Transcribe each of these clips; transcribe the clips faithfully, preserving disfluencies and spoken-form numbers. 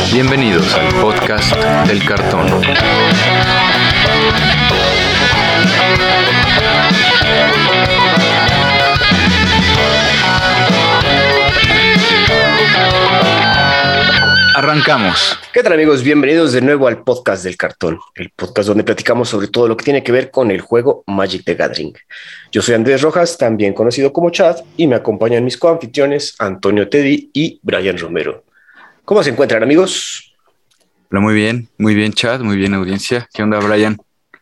Bienvenidos al podcast del cartón. Arrancamos. ¿Qué tal, amigos? Bienvenidos de nuevo al podcast del cartón, el podcast donde platicamos sobre todo lo que tiene que ver con el juego Magic the Gathering. Yo soy Andrés Rojas, también conocido como Chad, y me acompañan mis coanfitriones Antonio Teddy y Brian Romero. ¿Cómo se encuentran, amigos? Hola, muy bien, muy bien, Chad, muy bien, audiencia. ¿Qué onda, Brian?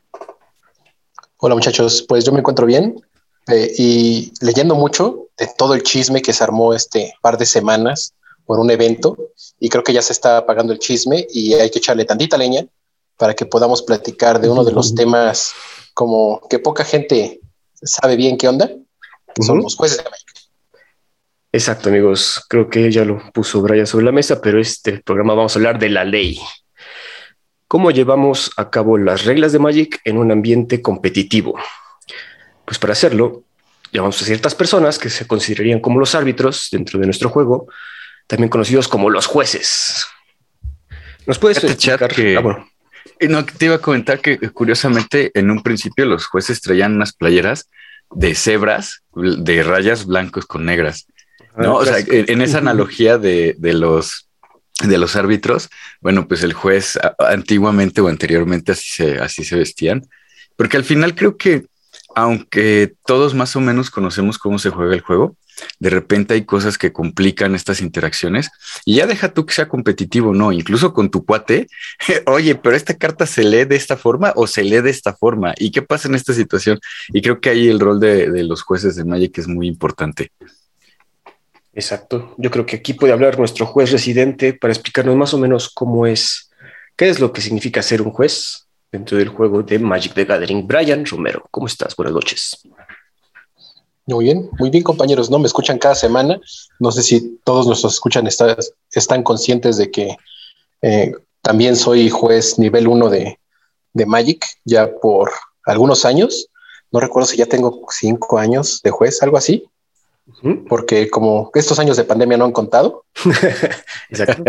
Hola, muchachos. Pues yo me encuentro bien eh, y leyendo mucho de todo el chisme que se armó este par de semanas por un evento, y creo que ya se está apagando el chisme y hay que echarle tantita leña para que podamos platicar de uno de los temas como que poca gente sabe bien qué onda, que son los jueces de Magic. Exacto, amigos. Creo que ya lo puso Brian sobre la mesa, pero este programa vamos a hablar de la ley. ¿Cómo llevamos a cabo las reglas de Magic en un ambiente competitivo? Pues para hacerlo, llamamos a ciertas personas que se considerarían como los árbitros dentro de nuestro juego, también conocidos como los jueces. ¿Nos puedes explicar? Que... Ah, bueno. No, te iba a comentar que curiosamente en un principio los jueces traían unas playeras de cebras, de rayas blancos con negras, ¿no? Ah, o sea, en, en esa analogía de, de los de los árbitros, bueno, pues el juez antiguamente o anteriormente así se, así se vestían, porque al final creo que aunque todos más o menos conocemos cómo se juega el juego, de repente hay cosas que complican estas interacciones y ya deja tú que sea competitivo, no, incluso con tu cuate, oye, pero esta carta se lee de esta forma o se lee de esta forma, ¿y qué pasa en esta situación? Y creo que ahí el rol de, de los jueces de Magic es muy importante. Exacto, yo creo que aquí puede hablar nuestro juez residente para explicarnos más o menos cómo es, qué es lo que significa ser un juez dentro del juego de Magic the Gathering. Brian Romero, ¿cómo estás? Buenas noches. Muy bien, muy bien, compañeros, ¿no? Me escuchan cada semana. No sé si todos nuestros escuchan está, están conscientes de que eh, también soy juez nivel uno de, de Magic ya por algunos años. No recuerdo si ya tengo cinco años de juez, algo así, uh-huh. Porque como estos años de pandemia no han contado. Exacto.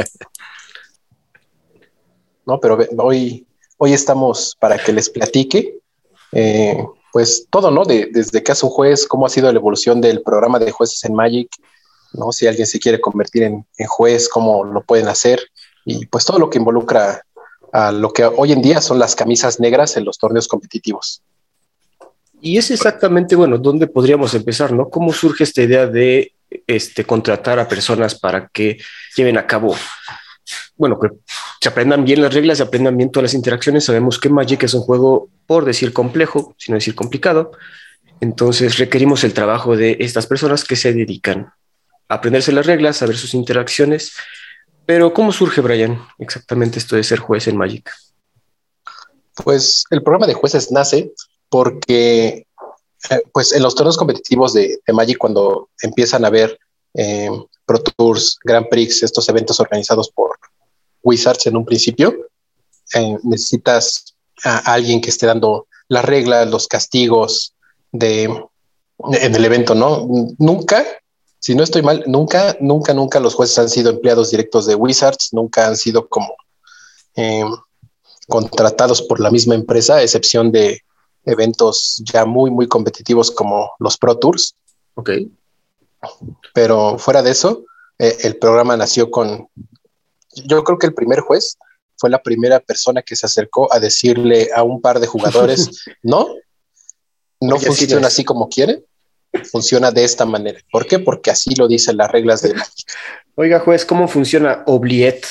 No, pero hoy, hoy estamos para que les platique eh, pues todo, ¿no? De, desde que hace un juez, cómo ha sido la evolución del programa de jueces en Magic, ¿no? Si alguien se quiere convertir en, en juez, cómo lo pueden hacer, y pues todo lo que involucra a lo que hoy en día son las camisas negras en los torneos competitivos. Y es exactamente, bueno, ¿dónde podríamos empezar, no? ¿Cómo surge esta idea de este, contratar a personas para que lleven a cabo, bueno, que se aprendan bien las reglas, se aprendan bien todas las interacciones? Sabemos que Magic es un juego, por decir complejo, sino decir complicado. Entonces requerimos el trabajo de estas personas que se dedican a aprenderse las reglas, a ver sus interacciones. Pero ¿cómo surge, Brian, exactamente esto de ser juez en Magic? Pues el programa de jueces nace porque eh, pues en los torneos competitivos de, de Magic, cuando empiezan a haber eh, Pro Tours, Grand Prix, estos eventos organizados por Wizards en un principio, eh, necesitas a alguien que esté dando las reglas, los castigos de, en el evento, ¿no? Nunca, si no estoy mal, nunca, nunca, nunca los jueces han sido empleados directos de Wizards, nunca han sido como eh, contratados por la misma empresa, a excepción de eventos ya muy, muy competitivos como los Pro Tours. Ok. Pero fuera de eso, eh, el programa nació con... Yo creo que el primer juez fue la primera persona que se acercó a decirle a un par de jugadores, no, no Oye, funciona así, así como quiere, funciona de esta manera. ¿Por qué? Porque así lo dicen las reglas de Magic. Oiga, juez, ¿cómo funciona Oubliette?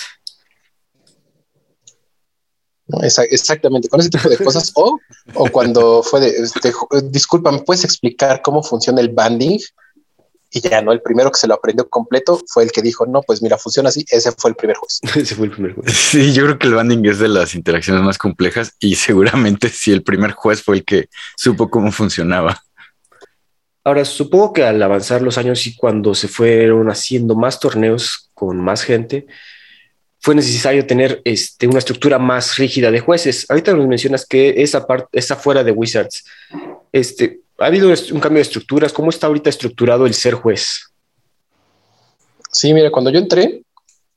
No, esa, exactamente, con ese tipo de cosas. o, o cuando fue de, este, disculpa, ¿me puedes explicar cómo funciona el banding? Y ya, ¿no? El primero que se lo aprendió completo fue el que dijo, no, pues mira, funciona así. Ese fue el primer juez. Ese fue el primer juez. Sí, yo creo que el banding es de las interacciones más complejas y seguramente sí, el primer juez fue el que supo cómo funcionaba. Ahora, supongo que al avanzar los años y cuando se fueron haciendo más torneos con más gente, fue necesario tener este, una estructura más rígida de jueces. Ahorita nos mencionas que esa parte está fuera de Wizards. Este... ¿Ha habido un cambio de estructuras? ¿Cómo está ahorita estructurado el ser juez? Sí, mira, cuando yo entré,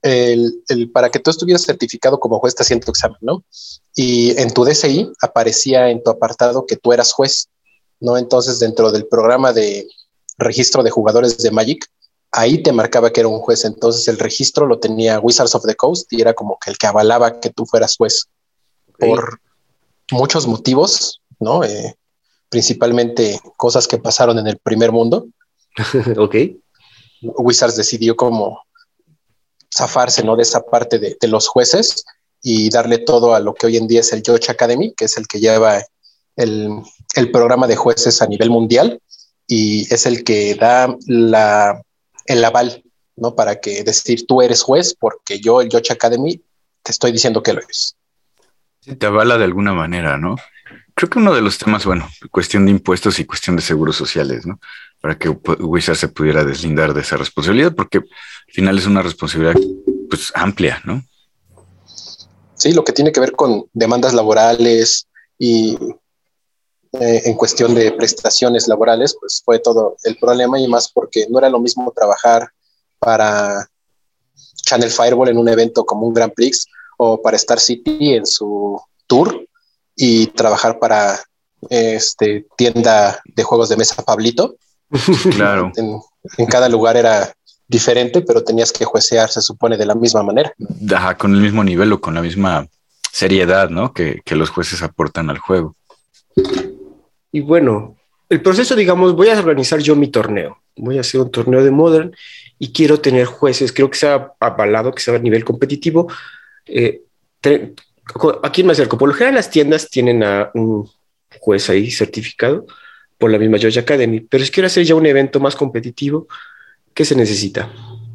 el, el, para que tú estuvieras certificado como juez, te hacían tu examen, ¿no? Y en tu D C I aparecía en tu apartado que tú eras juez, ¿no? Entonces, dentro del programa de registro de jugadores de Magic, ahí te marcaba que era un juez. Entonces, el registro lo tenía Wizards of the Coast y era como que el que avalaba que tú fueras juez. Okay. Por muchos motivos, ¿no? Eh, principalmente cosas que pasaron en el primer mundo. Ok. Wizards decidió como zafarse, ¿no? De esa parte de, de los jueces y darle todo a lo que hoy en día es el Judge Academy, que es el que lleva el, el programa de jueces a nivel mundial y es el que da la, el aval, ¿no? Para que decir tú eres juez porque yo, el Judge Academy, te estoy diciendo que lo eres. Sí, te avala de alguna manera, ¿no? Creo que uno de los temas, bueno, cuestión de impuestos y cuestión de seguros sociales, ¿no? Para que Wizard se pudiera deslindar de esa responsabilidad, porque al final es una responsabilidad, pues, amplia, ¿no? Sí, lo que tiene que ver con demandas laborales y eh, en cuestión de prestaciones laborales, pues fue todo el problema y más porque no era lo mismo trabajar para Channel Fireball en un evento como un Grand Prix o para Star City en su tour y trabajar para este tienda de juegos de mesa Pablito. Claro. En, en cada lugar era diferente, pero tenías que juecear, se supone, de la misma manera. Ajá, con el mismo nivel o con la misma seriedad, ¿no? Que, que los jueces aportan al juego. Y bueno, el proceso, digamos, voy a organizar yo mi torneo. Voy a hacer un torneo de Modern y quiero tener jueces, creo que sea avalado, que sea a nivel competitivo. Eh, te, ¿A quién me acerco? Por lo general las tiendas tienen a un juez ahí certificado por la misma Georgia Academy, pero si quiero hacer ya un evento más competitivo, ¿qué se necesita?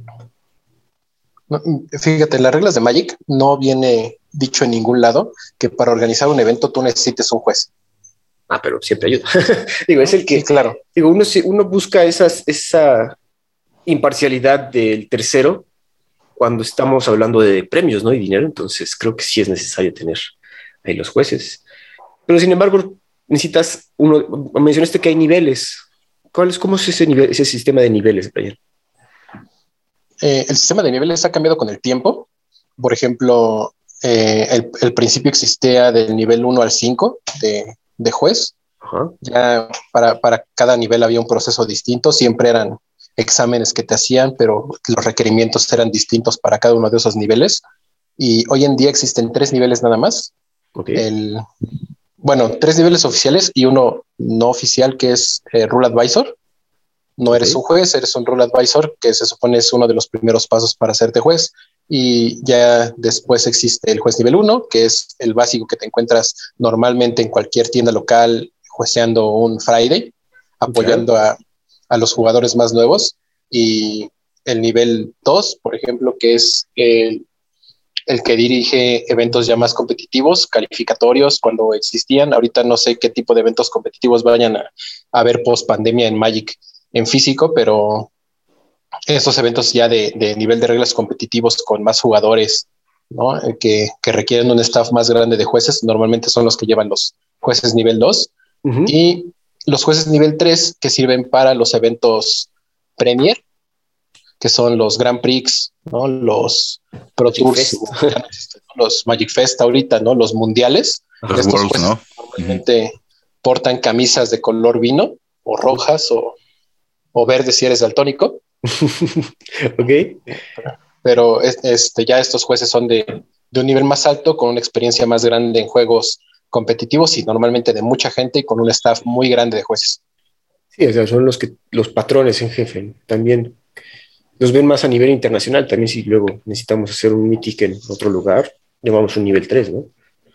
No, fíjate, en las reglas de Magic no viene dicho en ningún lado que para organizar un evento tú necesites un juez. Ah, pero siempre ayuda. Digo, es el que, sí, claro. Digo, uno, uno busca esas, esa imparcialidad del tercero cuando estamos hablando de premios, ¿no? Y dinero, entonces creo que sí es necesario tener ahí los jueces. Pero sin embargo, necesitas uno, mencionaste que hay niveles. ¿Cuál es, cómo es ese nivel, ese sistema de niveles, Brian? Eh, el sistema de niveles ha cambiado con el tiempo. Por ejemplo, eh, el, el principio existía del nivel uno al cinco de, de juez. Ajá. Ya para, para cada nivel había un proceso distinto. Siempre eran exámenes que te hacían, pero los requerimientos eran distintos para cada uno de esos niveles. Y hoy en día existen tres niveles nada más. Okay. El, bueno, tres niveles oficiales y uno no oficial que es eh, Rule Advisor. No okay. eres un juez, eres un Rule Advisor, que se supone es uno de los primeros pasos para hacerte juez. Y ya después existe el juez nivel uno, que es el básico que te encuentras normalmente en cualquier tienda local jueceando un Friday, apoyando okay. a, a los jugadores más nuevos. Y el nivel dos, por ejemplo, que es el, el que dirige eventos ya más competitivos, calificatorios, cuando existían. Ahorita no sé qué tipo de eventos competitivos vayan a, a haber post pandemia en Magic en físico, pero esos eventos ya de, de nivel de reglas competitivos con más jugadores, ¿no? que, que requieren un staff más grande de jueces, normalmente son los que llevan los jueces nivel dos. Uh-huh. Y los jueces nivel tres que sirven para los eventos Premier, que son los Grand Prix, ¿no? Los Pro Magic Tours, los Magic Fest ahorita, ¿no? Los mundiales. Los Estos Worlds, jueces ¿no? Normalmente uh-huh. portan camisas de color vino o rojas o o verde si eres daltónico. Ok. Pero este, ya estos jueces son de, de un nivel más alto, con una experiencia más grande en juegos competitivos y normalmente de mucha gente y con un staff muy grande de jueces. Sí, o sea, son los que los patrones en jefe. También los ven más a nivel internacional. También si luego necesitamos hacer un Mythic en otro lugar, llamamos un nivel tres, ¿no?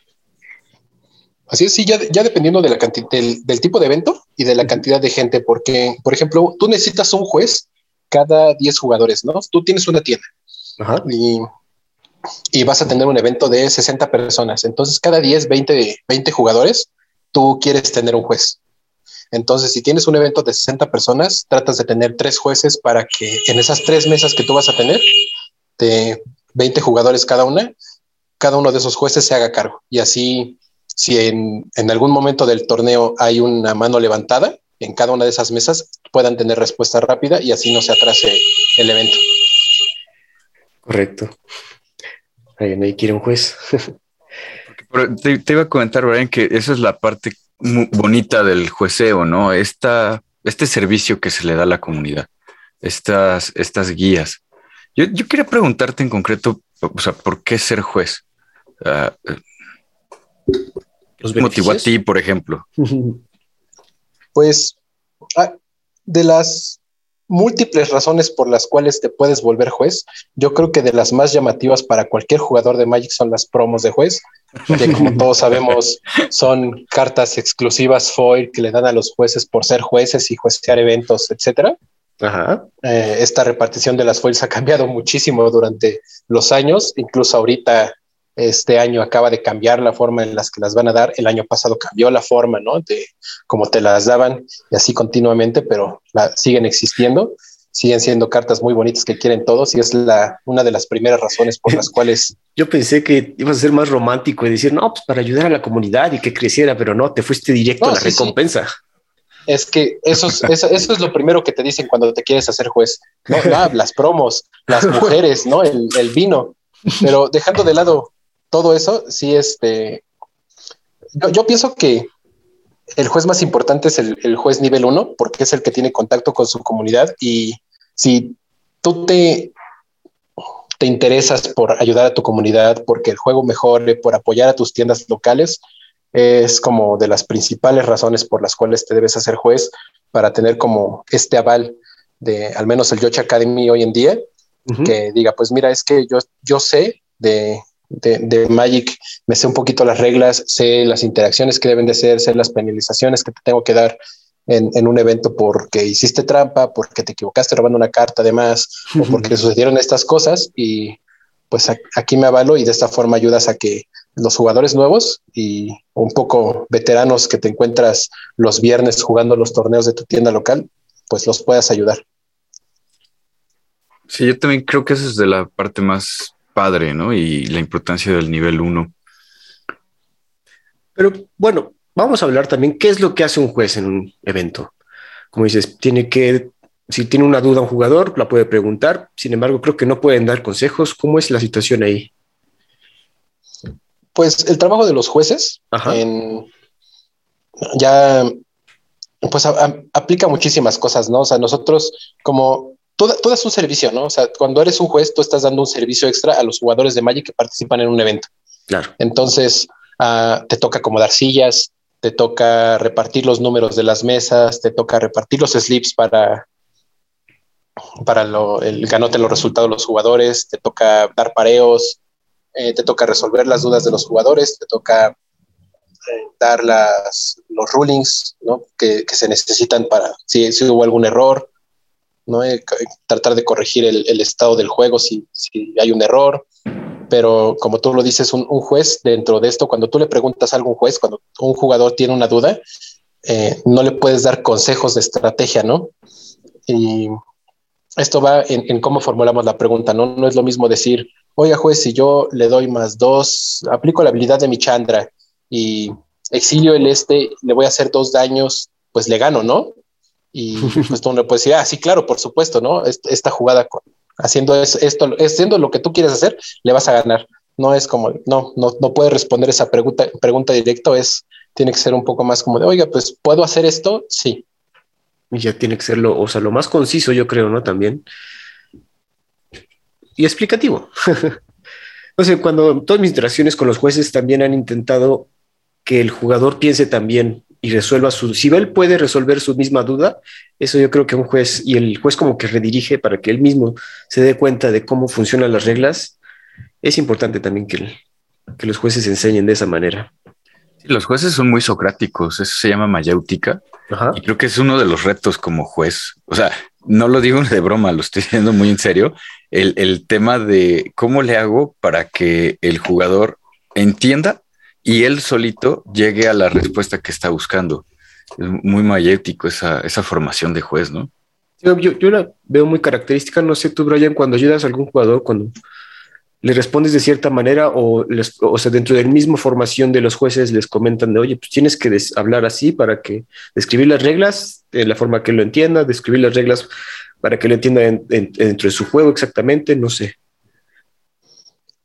Así es, sí, ya, ya dependiendo de la cantidad, del, del tipo de evento y de la cantidad de gente, porque, por ejemplo, tú necesitas un juez cada diez jugadores, ¿no? Tú tienes una tienda. Ajá. Y, y vas a tener un evento de sesenta personas. Entonces, cada diez, veinte, veinte jugadores, tú quieres tener un juez. Entonces, si tienes un evento de sesenta personas, tratas de tener tres jueces para que en esas tres mesas que tú vas a tener, de veinte jugadores cada una, cada uno de esos jueces se haga cargo. Y así, si en, en algún momento del torneo hay una mano levantada, en cada una de esas mesas puedan tener respuesta rápida y así no se atrase el evento. Correcto. Ahí nadie quiere un juez. Pero te, te iba a comentar, Brian, que esa es la parte muy bonita del jueceo, ¿no? Esta, este servicio que se le da a la comunidad, estas, estas guías. Yo, yo quería preguntarte en concreto, o sea, ¿por qué ser juez? Uh, ¿Qué motivó a ti, por ejemplo? Pues de las múltiples razones por las cuales te puedes volver juez, yo creo que de las más llamativas para cualquier jugador de Magic son las promos de juez, que como todos sabemos son cartas exclusivas foil que le dan a los jueces por ser jueces y juecear eventos, etcétera. Ajá. Eh, esta repartición de las foils ha cambiado muchísimo durante los años, incluso ahorita este año acaba de cambiar la forma en las que las van a dar. El año pasado cambió la forma, ¿no? De cómo te las daban y así continuamente, pero la, siguen existiendo, siguen siendo cartas muy bonitas que quieren todos y es la, una de las primeras razones por las cuales... Yo pensé que ibas a ser más romántico y decir, no, pues para ayudar a la comunidad y que creciera, pero no, te fuiste directo no, a la sí, recompensa. Sí. Es que eso es, eso, eso es lo primero que te dicen cuando te quieres hacer juez. No, no las promos, las mujeres, ¿no? El, el vino. Pero dejando de lado todo eso, sí, este, yo, yo pienso que el juez más importante es el, el juez nivel uno, porque es el que tiene contacto con su comunidad. Y si tú te, te interesas por ayudar a tu comunidad, porque el juego mejore, por apoyar a tus tiendas locales, es como de las principales razones por las cuales te debes hacer juez, para tener como este aval de al menos el Yoshi Academy hoy en día, uh-huh. que diga, pues mira, es que yo, yo sé de... De, de Magic, me sé un poquito las reglas, sé las interacciones que deben de ser, sé las penalizaciones que te tengo que dar en, en un evento porque hiciste trampa, porque te equivocaste robando una carta además, o porque sucedieron estas cosas, y pues a, aquí me avalo y de esta forma ayudas a que los jugadores nuevos y un poco veteranos que te encuentras los viernes jugando los torneos de tu tienda local, pues los puedas ayudar. Sí, yo también creo que esa es de la parte más padre, ¿no? Y la importancia del nivel uno. Pero bueno, vamos a hablar también qué es lo que hace un juez en un evento. Como dices, tiene que, si tiene una duda un jugador, la puede preguntar. Sin embargo, creo que no pueden dar consejos. ¿Cómo es la situación ahí? Pues el trabajo de los jueces en, ya pues a, a, aplica muchísimas cosas, ¿no? O sea, nosotros como Todo, todo es un servicio, ¿no? O sea, cuando eres un juez, tú estás dando un servicio extra a los jugadores de Magic que participan en un evento. Claro. Entonces, uh, te toca acomodar sillas, te toca repartir los números de las mesas, te toca repartir los slips para, para lo, el ganote, los resultados de los jugadores, te toca dar pareos, eh, te toca resolver las dudas de los jugadores, te toca eh, dar las, los rulings, ¿no? que, que se necesitan para si, si hubo algún error. ¿no? Eh, tratar de corregir el, el estado del juego si, si hay un error, pero como tú lo dices, un, un juez dentro de esto, cuando tú le preguntas a algún juez, cuando un jugador tiene una duda, eh, no le puedes dar consejos de estrategia, ¿no? Y esto va en, en cómo formulamos la pregunta, ¿no? No es lo mismo decir, oiga juez, si yo le doy más dos, aplico la habilidad de mi Chandra y exilio el este, le voy a hacer dos daños, pues le gano, ¿no? Y pues tú no puedes decir, ah, sí, claro, por supuesto, ¿no? Esta jugada con, haciendo es, esto, haciendo lo que tú quieres hacer, le vas a ganar. No es como, no, no, no puedes responder esa pregunta, pregunta directa, es, tiene que ser un poco más como de, oiga, pues, ¿puedo hacer esto? Sí. Y ya tiene que ser lo, o sea, lo más conciso, yo creo, ¿no? También. Y explicativo. No sé, cuando todas mis interacciones con los jueces también han intentado que el jugador piense también y resuelva su... Si él puede resolver su misma duda, eso yo creo que un juez, y el juez como que redirige para que él mismo se dé cuenta de cómo funcionan las reglas, es importante también que, el, que los jueces enseñen de esa manera. Sí, los jueces son muy socráticos, eso se llama mayéutica. Ajá. Y creo que es uno de los retos como juez. O sea, no lo digo de broma, lo estoy diciendo muy en serio. El, el tema de cómo le hago para que el jugador entienda y él solito llegue a la respuesta que está buscando. Es muy mayéutico esa, esa formación de juez, ¿no? Yo, yo, yo la veo muy característica. No sé tú, Brian, cuando ayudas a algún jugador, cuando le respondes de cierta manera o, les, o sea, dentro de la misma formación de los jueces les comentan de, oye, pues tienes que des- hablar así para que describir las reglas de la forma que lo entienda, describir las reglas para que lo entienda en, en, dentro de su juego exactamente, no sé.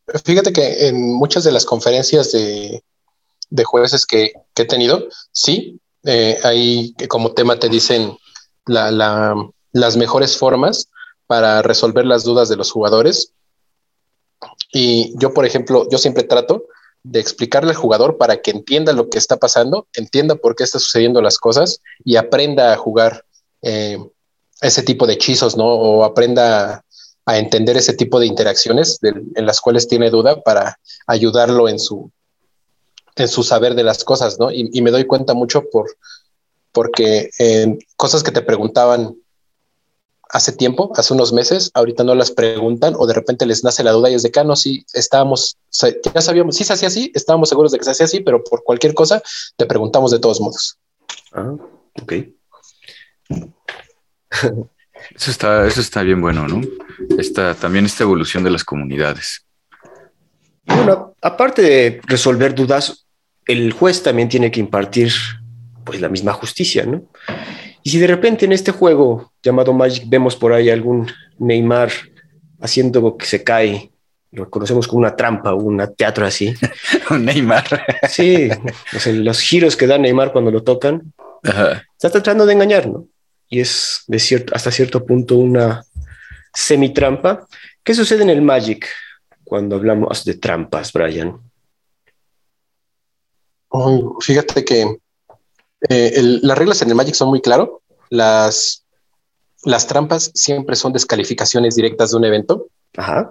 Fíjate que en muchas de las conferencias de, de jueces que, que he tenido, sí, eh, hay que como tema te dicen la, la, las mejores formas para resolver las dudas de los jugadores. Y yo, por ejemplo, yo siempre trato de explicarle al jugador para que entienda lo que está pasando, entienda por qué están sucediendo las cosas y aprenda a jugar eh, ese tipo de hechizos, ¿no? O aprenda a, a entender ese tipo de interacciones de, en las cuales tiene duda para ayudarlo en su, en su saber de las cosas, ¿no? Y, y me doy cuenta mucho por, porque eh, cosas que te preguntaban hace tiempo, hace unos meses, ahorita no las preguntan o de repente les nace la duda y es de que, ah, no, sí, estábamos, ya sabíamos, sí se hacía así, estábamos seguros de que se hacía así, pero por cualquier cosa te preguntamos de todos modos. Ah, ok. Eso está, eso está bien bueno, ¿no? Esta, también esta evolución de las comunidades. Y bueno, aparte de resolver dudas, el juez también tiene que impartir pues la misma justicia, ¿no? Y si de repente en este juego llamado Magic vemos por ahí algún Neymar haciendo que se cae, lo conocemos como una trampa o un teatro así. Un Neymar. Sí, o sea, los giros que da Neymar cuando lo tocan, Ajá. está tratando de engañar, ¿no? Y es de cierto, hasta cierto punto una semi-trampa. ¿Qué sucede en el Magic cuando hablamos de trampas, Brian? Oh, fíjate que eh, el, las reglas en el Magic son muy claras. Las, las trampas siempre son descalificaciones directas de un evento. Ajá.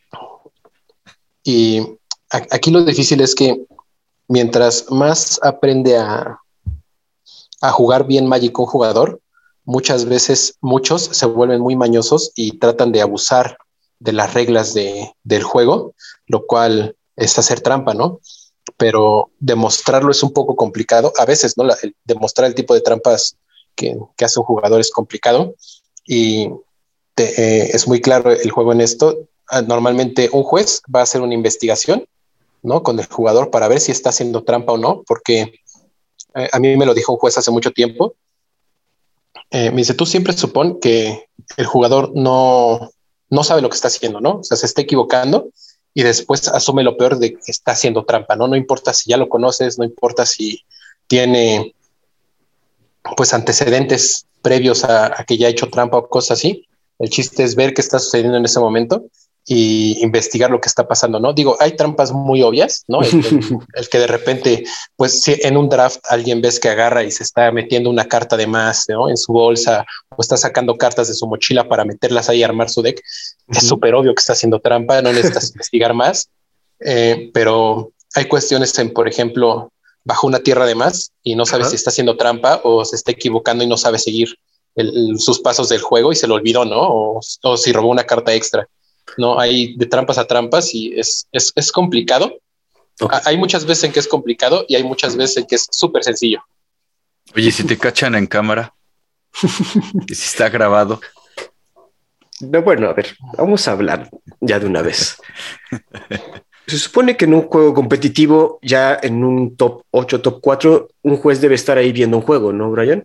Y a, aquí lo difícil es que mientras más aprende a, a jugar bien Magic un jugador, muchas veces muchos se vuelven muy mañosos y tratan de abusar de las reglas de, del juego, lo cual es hacer trampa, ¿no? Pero demostrarlo es un poco complicado. A veces, ¿no? La, el, demostrar el tipo de trampas que, que hace un jugador es complicado y te, eh, es muy claro el juego en esto. Normalmente un juez va a hacer una investigación, ¿no? Con el jugador para ver si está haciendo trampa o no, porque eh, a mí me lo dijo un juez hace mucho tiempo. Eh, me dice, tú siempre supón que el jugador no, no sabe lo que está haciendo, ¿no? O sea, se está equivocando y después asume lo peor de que está haciendo trampa, ¿no? No importa si ya lo conoces, no importa si tiene pues antecedentes previos a, a que ya ha hecho trampa o cosas así. El chiste es ver qué está sucediendo en ese momento y investigar lo que está pasando, ¿no? Digo, hay trampas muy obvias, ¿no? El, el, el que de repente, pues si en un draft alguien ves que agarra y se está metiendo una carta de más, ¿no? En su bolsa o está sacando cartas de su mochila para meterlas ahí y armar su deck, uh-huh. Es súper obvio que está haciendo trampa, no necesitas investigar más, eh, pero hay cuestiones en, por ejemplo, bajo una tierra de más y no sabes uh-huh. si está haciendo trampa o se está equivocando y no sabe seguir el, el, sus pasos del juego y se lo olvidó, ¿no? O, o si robó una carta extra. No, hay de trampas a trampas y es, es, es complicado. Okay. Hay muchas veces en que es complicado y hay muchas veces en que es súper sencillo. Oye, si te cachan en cámara y si está grabado. No, bueno, a ver, vamos a hablar ya de una vez. Se supone que en un juego competitivo, ya en un top ocho, top cuatro, un juez debe estar ahí viendo un juego, ¿no, Brian?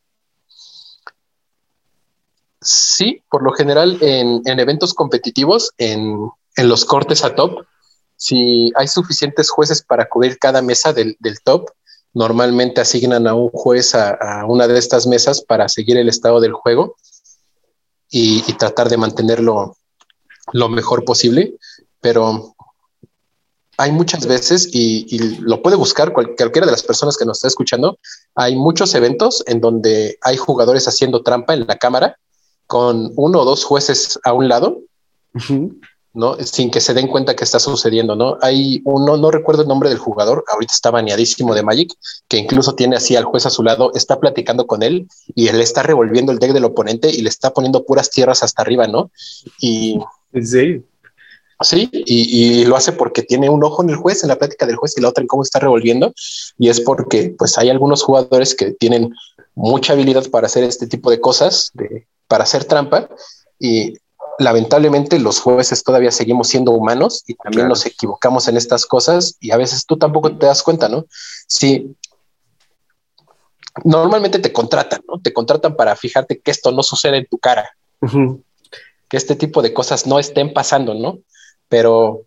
Sí, por lo general en, en eventos competitivos, en, en los cortes a top, si hay suficientes jueces para cubrir cada mesa del, del top, normalmente asignan a un juez a, a una de estas mesas para seguir el estado del juego y, y tratar de mantenerlo lo mejor posible, pero hay muchas veces, y, y lo puede buscar cual, cualquiera de las personas que nos está escuchando, hay muchos eventos en donde hay jugadores haciendo trampa en la cámara, con uno o dos jueces a un lado, uh-huh. ¿no? Sin que se den cuenta que está sucediendo, ¿no? Hay uno, no recuerdo el nombre del jugador, ahorita está baneadísimo de Magic, que incluso tiene así al juez a su lado, está platicando con él y él está revolviendo el deck del oponente y le está poniendo puras tierras hasta arriba, ¿no? Y ¿en serio? Sí, y, y lo hace porque tiene un ojo en el juez, en la plática del juez, y la otra en cómo está revolviendo, y es porque pues hay algunos jugadores que tienen mucha habilidad para hacer este tipo de cosas, de, para hacer trampa, y lamentablemente los jueces todavía seguimos siendo humanos y también claro. Nos equivocamos en estas cosas y a veces tú tampoco te das cuenta, ¿no? Sí, normalmente te contratan, ¿no? Te contratan para fijarte que esto no sucede en tu cara, uh-huh. que este tipo de cosas no estén pasando, ¿no? Pero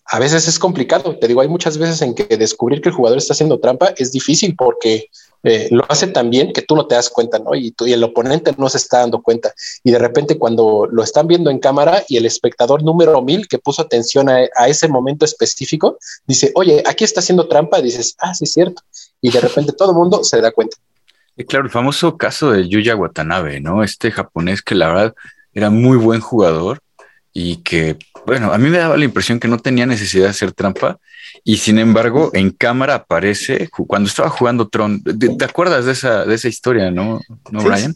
a veces es complicado. Te digo, hay muchas veces en que descubrir que el jugador está haciendo trampa es difícil porque eh, lo hace tan bien que tú no te das cuenta, ¿no? Y, tú, y el oponente no se está dando cuenta. Y de repente cuando lo están viendo en cámara y el espectador número mil que puso atención a, a ese momento específico, dice, oye, aquí está haciendo trampa, dices, ah, sí es cierto. Y de repente todo el mundo se da cuenta. Y claro, el famoso caso de Yuya Watanabe, ¿no? Este japonés que la verdad era muy buen jugador y que, bueno, a mí me daba la impresión que no tenía necesidad de hacer trampa y sin embargo en cámara aparece cuando estaba jugando Tron. ¿Te, te acuerdas de esa, de esa historia, no, no, Sí, Brian?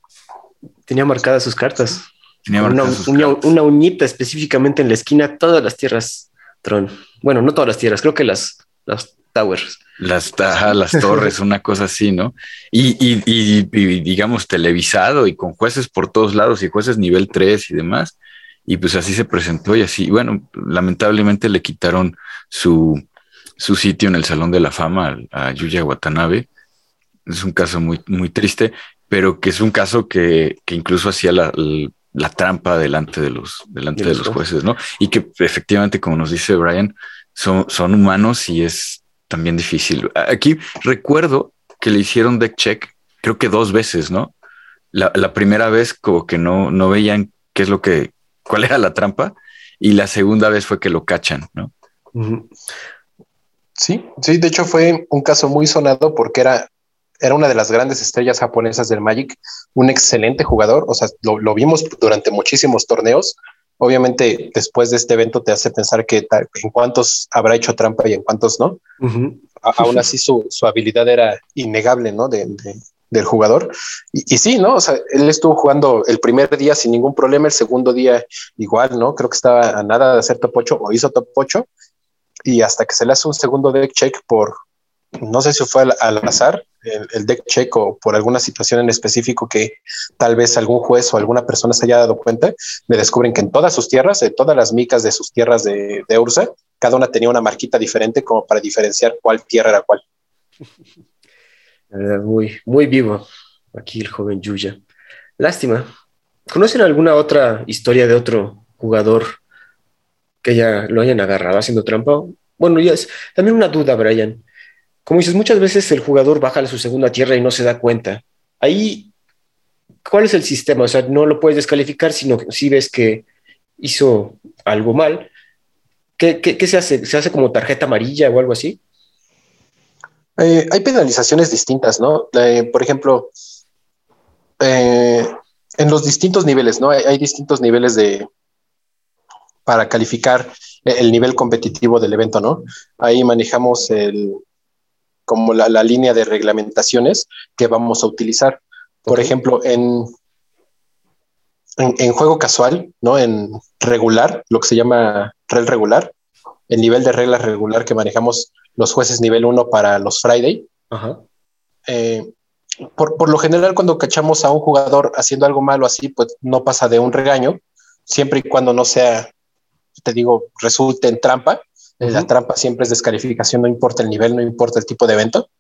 tenía marcadas sus cartas. Tenía Con una, marcadas sus una, cartas. una uñita específicamente en la esquina, todas las tierras Tron. Bueno, no todas las tierras, creo que las, las towers. Las, ajá, las torres, una cosa así, ¿no? Y, y, y, y digamos televisado y con jueces por todos lados y jueces nivel tres y demás. Y pues así se presentó y así, bueno, lamentablemente le quitaron su, su sitio en el Salón de la Fama a, a Yuya Watanabe. Es un caso muy, muy triste, pero que es un caso que, que incluso hacía la, la, la trampa delante de los, delante de, de los jueces, ¿no? Y que efectivamente, como nos dice Brian, son, son humanos y es también difícil. Aquí recuerdo que le hicieron deck check, creo que dos veces, ¿no? La, la primera vez como que no, no veían qué es lo que, cuál era la trampa, y la segunda vez fue que lo cachan, ¿no? Uh-huh. Sí, sí, de hecho fue un caso muy sonado porque era, era una de las grandes estrellas japonesas del Magic, un excelente jugador, o sea, lo, lo vimos durante muchísimos torneos. Obviamente, después de este evento te hace pensar que en cuántos habrá hecho trampa y en cuántos no. Uh-huh. A, aún así, su, su habilidad era innegable, ¿no? De, de, del jugador. Y, y sí, ¿no? O sea, él estuvo jugando el primer día sin ningún problema, el segundo día igual, ¿no? Creo que estaba a nada de hacer top ocho o hizo top ocho. Y hasta que se le hace un segundo deck check por, no sé si fue al, al azar, el, el deck check o por alguna situación en específico que tal vez algún juez o alguna persona se haya dado cuenta, le descubren que en todas sus tierras, en todas las micas de sus tierras de, de Ursa, cada una tenía una marquita diferente como para diferenciar cuál tierra era cuál. Muy, muy vivo aquí el joven Yuya. Lástima. ¿Conocen alguna otra historia de otro jugador que ya lo hayan agarrado haciendo trampa? Bueno, ya es también una duda, Brian. Como dices, muchas veces el jugador baja a su segunda tierra y no se da cuenta. Ahí, ¿cuál es el sistema? O sea, no lo puedes descalificar, sino que si ves que hizo algo mal. ¿Qué, qué, qué se hace? ¿Se hace como tarjeta amarilla o algo así? Eh, hay penalizaciones distintas, ¿no? Eh, por ejemplo, eh, en los distintos niveles, ¿no? Hay, hay distintos niveles de para calificar el nivel competitivo del evento, ¿no? Ahí manejamos el como la, la línea de reglamentaciones que vamos a utilizar. Por okay. ejemplo, en, en, en juego casual, ¿no? En regular, lo que se llama rel regular, el nivel de reglas regular que manejamos los jueces nivel uno para los Friday. Uh-huh. Eh, por, por lo general, cuando cachamos a un jugador haciendo algo malo así, pues no pasa de un regaño, siempre y cuando no sea, te digo, resulte en trampa. Uh-huh. La trampa siempre es descalificación, no importa el nivel, no importa el tipo de evento.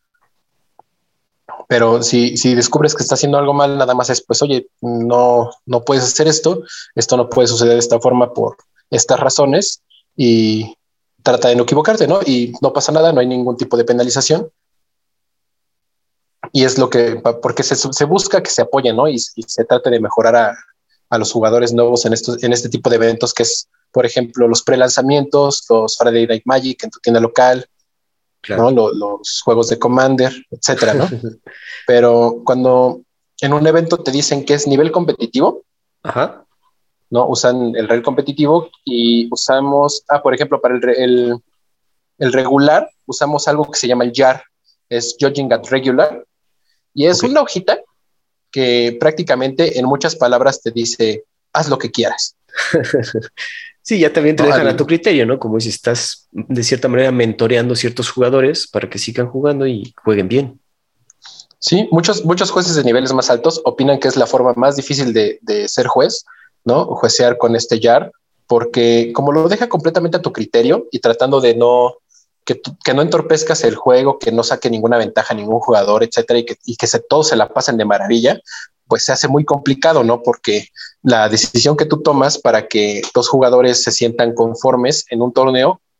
Pero si, si descubres que está haciendo algo mal, nada más es, pues, oye, no, no puedes hacer esto, esto no puede suceder de esta forma por estas razones y trata de no equivocarte, ¿no? Y no pasa nada, no hay ningún tipo de penalización. Y es lo que, porque se, se busca que se apoye, ¿no? Y, y se trate de mejorar a, a los jugadores nuevos en, estos, en este tipo de eventos que es, por ejemplo, los pre-lanzamientos, los Friday Night Magic en tu tienda local, claro. ¿no? Los, los juegos de Commander, etcétera, ¿no? Pero cuando en un evento te dicen que es nivel competitivo, ajá, ¿no? Usan el rel competitivo y usamos, ah, por ejemplo, para el, el, el regular, usamos algo que se llama el J A R, es Judging at Regular, y es okay. una hojita que prácticamente en muchas palabras te dice, haz lo que quieras. Sí, ya también te no, dejan al... a tu criterio, ¿no? Como si estás de cierta manera mentoreando ciertos jugadores para que sigan jugando y jueguen bien. Sí, muchos, muchos jueces de niveles más altos opinan que es la forma más difícil de, de ser juez, ¿no? Juecear con este J A R, porque como lo deja completamente a tu criterio y tratando de no, que, que no entorpezcas el juego, que no saque ninguna ventaja a ningún jugador, etcétera, y que, y que se, todos se la pasen de maravilla, pues se hace muy complicado, ¿no? Porque la decisión que tú tomas para que dos jugadores se sientan conformes en un torneo,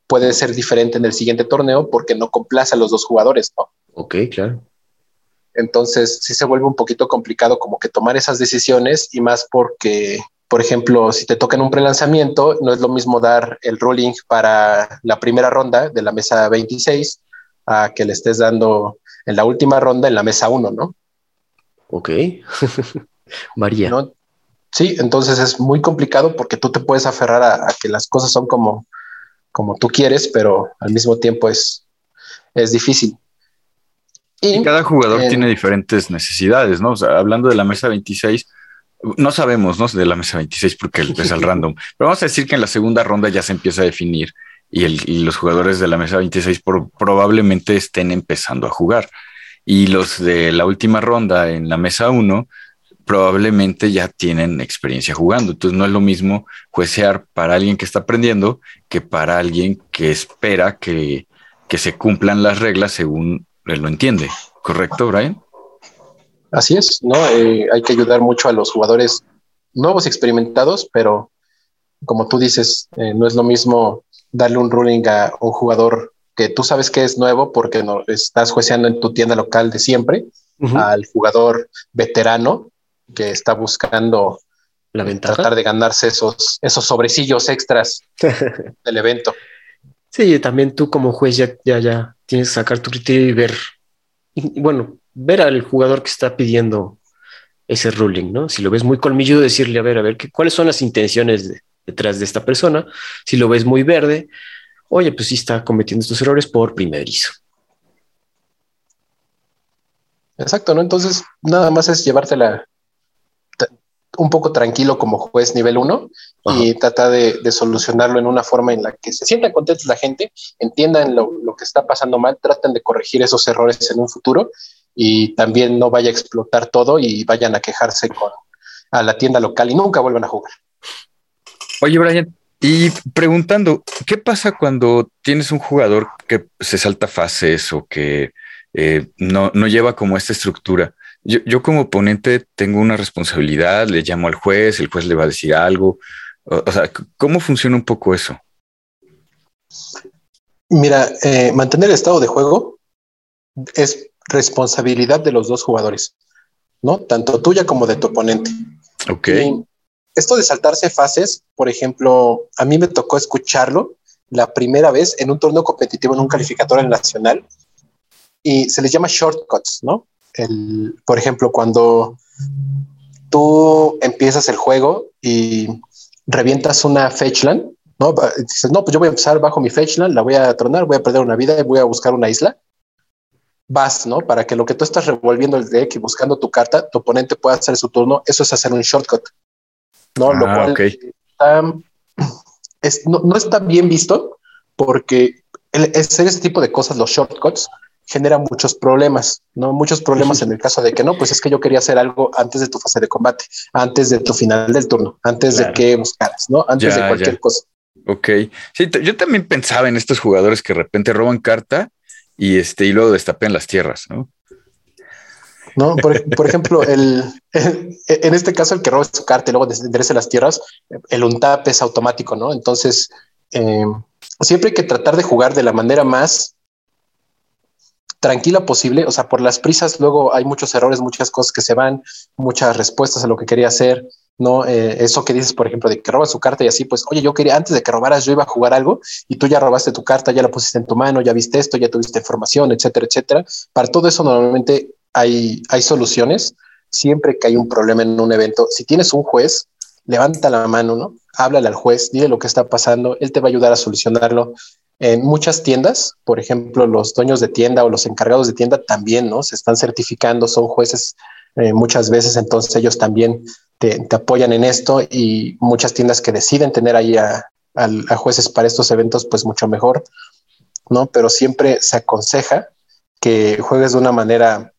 puede ser diferente en el siguiente torneo porque no complace a los dos jugadores, ¿no? Ok, claro. Entonces sí se vuelve un poquito complicado como que tomar esas decisiones y más porque, por ejemplo, si te toca en un prelanzamiento, no es lo mismo dar el ruling para la primera ronda de la mesa veintiséis a que le estés dando en la última ronda en la mesa uno, ¿no? Ok. Varía. ¿No? Sí, entonces es muy complicado porque tú te puedes aferrar a, a que las cosas son como, como tú quieres, pero al mismo tiempo es, es difícil. Y Y cada jugador en, tiene diferentes necesidades, ¿no? O sea, hablando de la mesa veintiséis, no sabemos, ¿no? De la mesa veintiséis porque es al random, pero vamos a decir que en la segunda ronda ya se empieza a definir y, el, y los jugadores de la mesa veintiséis por, probablemente estén empezando a jugar. Y los de la última ronda en la mesa uno probablemente ya tienen experiencia jugando. Entonces no es lo mismo juecear para alguien que está aprendiendo que para alguien que espera que, que se cumplan las reglas según él lo entiende. ¿Correcto, Brian? así es, ¿no? Eh, hay que ayudar mucho a los jugadores nuevos y experimentados, pero como tú dices, eh, no es lo mismo darle un ruling a un jugador que tú sabes que es nuevo porque no estás jueceando en tu tienda local de siempre, Uh-huh. al jugador veterano que está buscando La eh, ventaja. tratar de ganarse esos, esos sobrecillos extras del evento. Sí, también tú como juez ya, ya, ya tienes que sacar tu criterio y ver, y, bueno, ver al jugador que está pidiendo ese ruling, ¿no? Si lo ves muy colmilludo, decirle, a ver, a ver, ¿qué, ¿cuáles son las intenciones de- detrás de esta persona? Si lo ves muy verde, oye, pues sí está cometiendo estos errores por primerizo. Exacto, ¿no? Entonces, nada más es llevártela t- un poco tranquilo como juez nivel uno Ajá. y trata de, de solucionarlo en una forma en la que se sienta contenta la gente, entiendan lo, lo que está pasando mal, traten de corregir esos errores en un futuro y también no vaya a explotar todo y vayan a quejarse con a la tienda local y nunca vuelvan a jugar. Oye, Brian, y preguntando, ¿qué pasa cuando tienes un jugador que se salta fases o que eh, no, no lleva como esta estructura? Yo, yo como oponente tengo una responsabilidad, le llamo al juez, el juez le va a decir algo. O, o sea, ¿cómo funciona un poco eso? Mira, eh, mantener el estado de juego es responsabilidad de los dos jugadores, ¿no? Tanto tuya como de tu oponente. Ok. Y esto de saltarse fases, por ejemplo, a mí me tocó escucharlo la primera vez en un torneo competitivo en un calificador nacional y se les llama shortcuts, ¿no? El, por ejemplo, cuando tú empiezas el juego y revientas una fetchland, ¿no? Dices, no, pues yo voy a empezar bajo mi fetchland, la voy a tronar, voy a perder una vida y voy a buscar una isla. Vas, ¿no? Para que lo que tú estás revolviendo el deck y buscando tu carta, tu oponente pueda hacer su turno, eso es hacer un shortcut, ¿no? Lo Ah, cual ok. está, es, no, no está bien visto porque el, hacer ese tipo de cosas, los shortcuts, genera muchos problemas, ¿no? Muchos problemas en el caso de que no, pues es que yo quería hacer algo antes de tu fase de combate, antes de tu final del turno, antes de Claro. que buscaras, ¿no? Antes de Ya, cualquier ya. cosa. Ok. Sí, t- yo también pensaba en estos jugadores que de repente roban carta y este y luego destapean las tierras, ¿no? ¿No? Por, por ejemplo, el, el, en este caso, el que roba su carta y luego enderece las tierras, el untap es automático, ¿no? Entonces, eh, siempre hay que tratar de jugar de la manera más tranquila posible, o sea, por las prisas luego hay muchos errores, muchas cosas que se van, muchas respuestas a lo que quería hacer, ¿no? Eh, eso que dices, por ejemplo, de que robas su carta y así, pues, oye, yo quería, antes de que robaras, yo iba a jugar algo y tú ya robaste tu carta, ya la pusiste en tu mano, ya viste esto, ya tuviste información, etcétera, etcétera. Para todo eso normalmente hay, hay soluciones. Siempre que hay un problema en un evento, si tienes un juez, levanta la mano, ¿no? Háblale al juez, dile lo que está pasando, él te va a ayudar a solucionarlo. En muchas tiendas, por ejemplo, los dueños de tienda o los encargados de tienda también, ¿no? Se están certificando, son jueces eh, muchas veces, entonces ellos también te, te, apoyan en esto y muchas tiendas que deciden tener ahí a, a, a jueces para estos eventos, pues mucho mejor, ¿no? Pero siempre se aconseja que juegues de una manera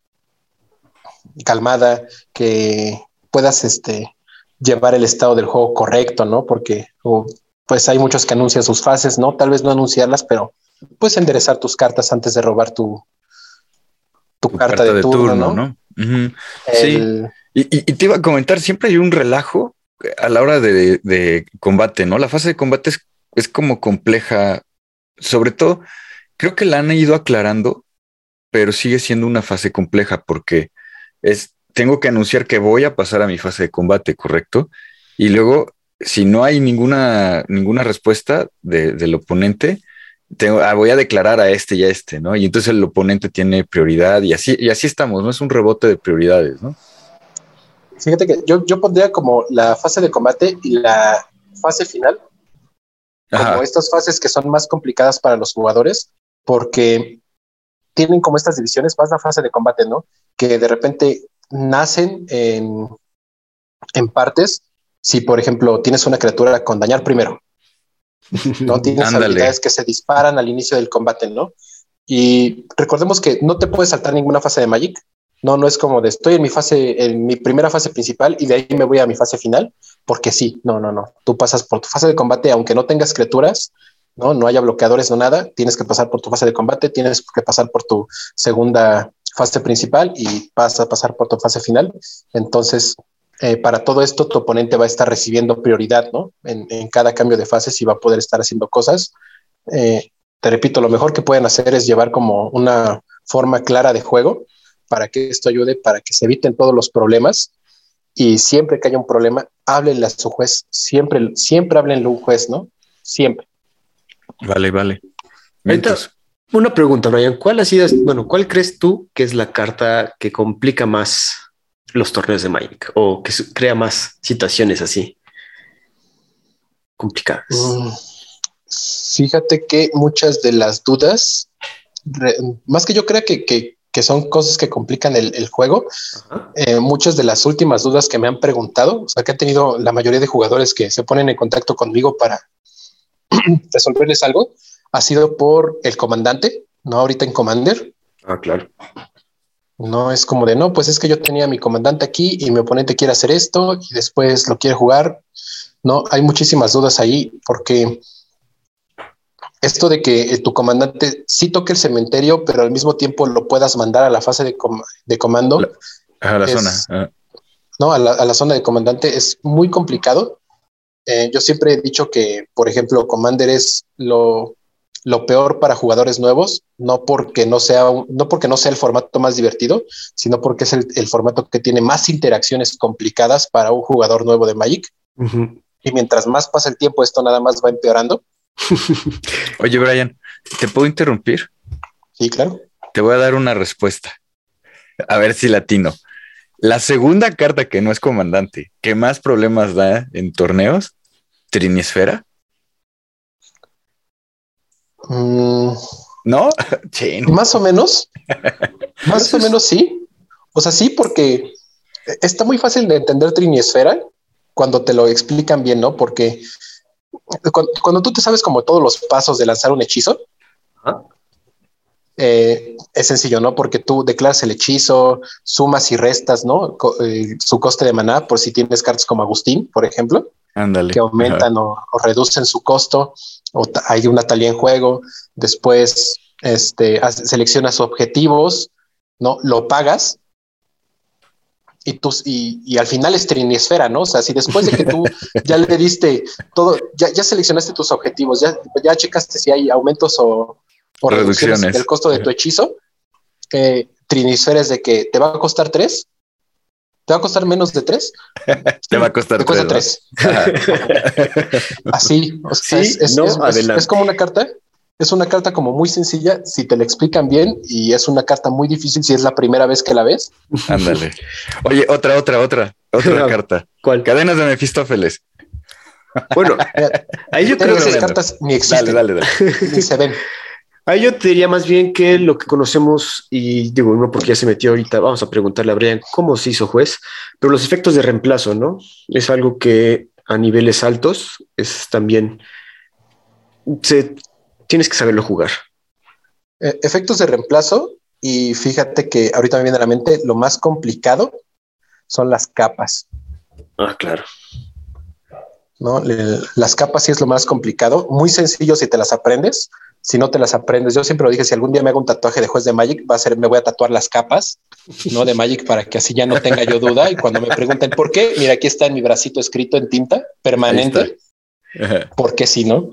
calmada, que puedas este, llevar el estado del juego correcto, ¿no? Porque o, pues hay muchos que anuncian sus fases, ¿no? Tal vez no anunciarlas, pero puedes enderezar tus cartas antes de robar tu, tu Tu carta carta de de turno, turno, ¿no? ¿no? Ujú. Sí. El, Y, y- y te iba a comentar, siempre hay un relajo a la hora de, de combate, ¿no? La fase de combate es, es como compleja sobre todo, creo que la han ido aclarando, pero sigue siendo una fase compleja porque es, tengo que anunciar que voy a pasar a mi fase de combate, ¿correcto? Y luego, si no hay ninguna, ninguna respuesta de, del oponente, tengo, ah, voy a declarar a este y a este, ¿no? Y entonces el oponente tiene prioridad y así, y así estamos, ¿no? Es un rebote de prioridades, ¿no? Fíjate que yo, yo pondría como la fase de combate y la fase final, como Ajá. estas fases que son más complicadas para los jugadores, porque tienen como estas divisiones, más la fase de combate, ¿no? Que de repente nacen en, en partes. Si, por ejemplo, tienes una criatura con dañar primero, ¿no? Tienes Ándale. habilidades que se disparan al inicio del combate, ¿no? Y recordemos que no te puedes saltar ninguna fase de Magic. No, no es como de estoy en mi fase, en mi primera fase principal y de ahí me voy a mi fase final, porque sí, no, no, no. Tú pasas por tu fase de combate, aunque no tengas criaturas, no, no haya bloqueadores, no nada. Tienes que pasar por tu fase de combate, tienes que pasar por tu segunda fase principal y vas a pasar por tu fase final. Entonces, eh, para todo esto, tu oponente va a estar recibiendo prioridad, ¿no? En, en cada cambio de fases y va a poder estar haciendo cosas. Eh, te repito, lo mejor que pueden hacer es llevar como una forma clara de juego para que esto ayude, para que se eviten todos los problemas. Y siempre que haya un problema, háblenle a su juez. Siempre, siempre háblenle a un juez, ¿no? Siempre. Vale, vale. Ahorita, una pregunta, Brian. ¿Cuál ha sido, bueno, cuál crees tú que es la carta que complica más los torneos de Magic o que crea más situaciones así complicadas? Mm, fíjate que muchas de las dudas, re, más que yo crea que, que, que son cosas que complican el, el juego, eh, muchas de las últimas dudas que me han preguntado, o sea, que han tenido la mayoría de jugadores que se ponen en contacto conmigo para resolverles algo, ha sido por el comandante, no ahorita en Commander. Ah, claro. No es como de, no, pues es que yo tenía mi comandante aquí y mi oponente quiere hacer esto y después lo quiere jugar. No, hay muchísimas dudas ahí porque esto de que tu comandante sí toque el cementerio, pero al mismo tiempo lo puedas mandar a la fase de, com de comando. La, a la es, zona. Ah. No, a la, a la zona de comandante es muy complicado. Eh, yo siempre he dicho que, por ejemplo, Commander es lo, lo peor para jugadores nuevos, no porque no sea, un, no porque no sea el formato más divertido, sino porque es el, el formato que tiene más interacciones complicadas para un jugador nuevo de Magic. Uh-huh. Y mientras más pasa el tiempo, esto nada más va empeorando. Oye, Brian, ¿te puedo interrumpir? Sí, claro. Te voy a dar una respuesta. A ver si latino. La segunda carta que no es comandante, ¿qué más problemas da en torneos? ¿Trinisfera? Mm, ¿No? Más o menos. Más o menos sí. O sea, sí, porque está muy fácil de entender Trinisfera cuando te lo explican bien, ¿no? Porque cuando, cuando tú te sabes como todos los pasos de lanzar un hechizo, ¿ah? Eh, es sencillo, ¿no? Porque tú declaras el hechizo, sumas y restas, ¿no? Co eh, su coste de maná, por si tienes cartas como Agustín, por ejemplo. Ándale. Que aumentan o, o reducen su costo, o hay una talía en juego. Después este, seleccionas objetivos, ¿no? Lo pagas. Y, tú, y, y al final es Trinisfera, ¿no? O sea, si después de que tú ya le diste todo, ya, ya seleccionaste tus objetivos, ya, ya checaste si hay aumentos o, o reducciones, reducciones del costo de tu hechizo, eh, Trinisfera es de que te va a costar tres, te va a costar menos de tres, te va a costar te cuesta tres. Así, o sea, sí, es, es, no, es, es, es como una carta. Es una carta como muy sencilla si te la explican bien y es una carta muy difícil si es la primera vez que la ves. Ándale. Oye, otra, otra, otra, otra carta. ¿Cuál? Cadenas de Mefistófeles. Bueno, ahí yo creo que esas cartas ni existen. Dale, dale, dale. Ni se ven. Ahí yo te diría más bien que lo que conocemos, y digo, no porque ya se metió ahorita, vamos a preguntarle a Brian cómo se hizo juez, pero los efectos de reemplazo, ¿no? Es algo que a niveles altos es también... Se, tienes que saberlo jugar. Eh, efectos de reemplazo, y fíjate que ahorita me viene a la mente, lo más complicado son las capas. Ah, claro. ¿No? Le, las capas sí es lo más complicado, muy sencillo si te las aprendes, si no te las aprendes, yo siempre lo dije, si algún día me hago un tatuaje de juez de Magic, va a ser, me voy a tatuar las capas, ¿no? De Magic para que así ya no tenga yo duda, y cuando me pregunten por qué, mira, aquí está en mi bracito escrito en tinta permanente, porque si no,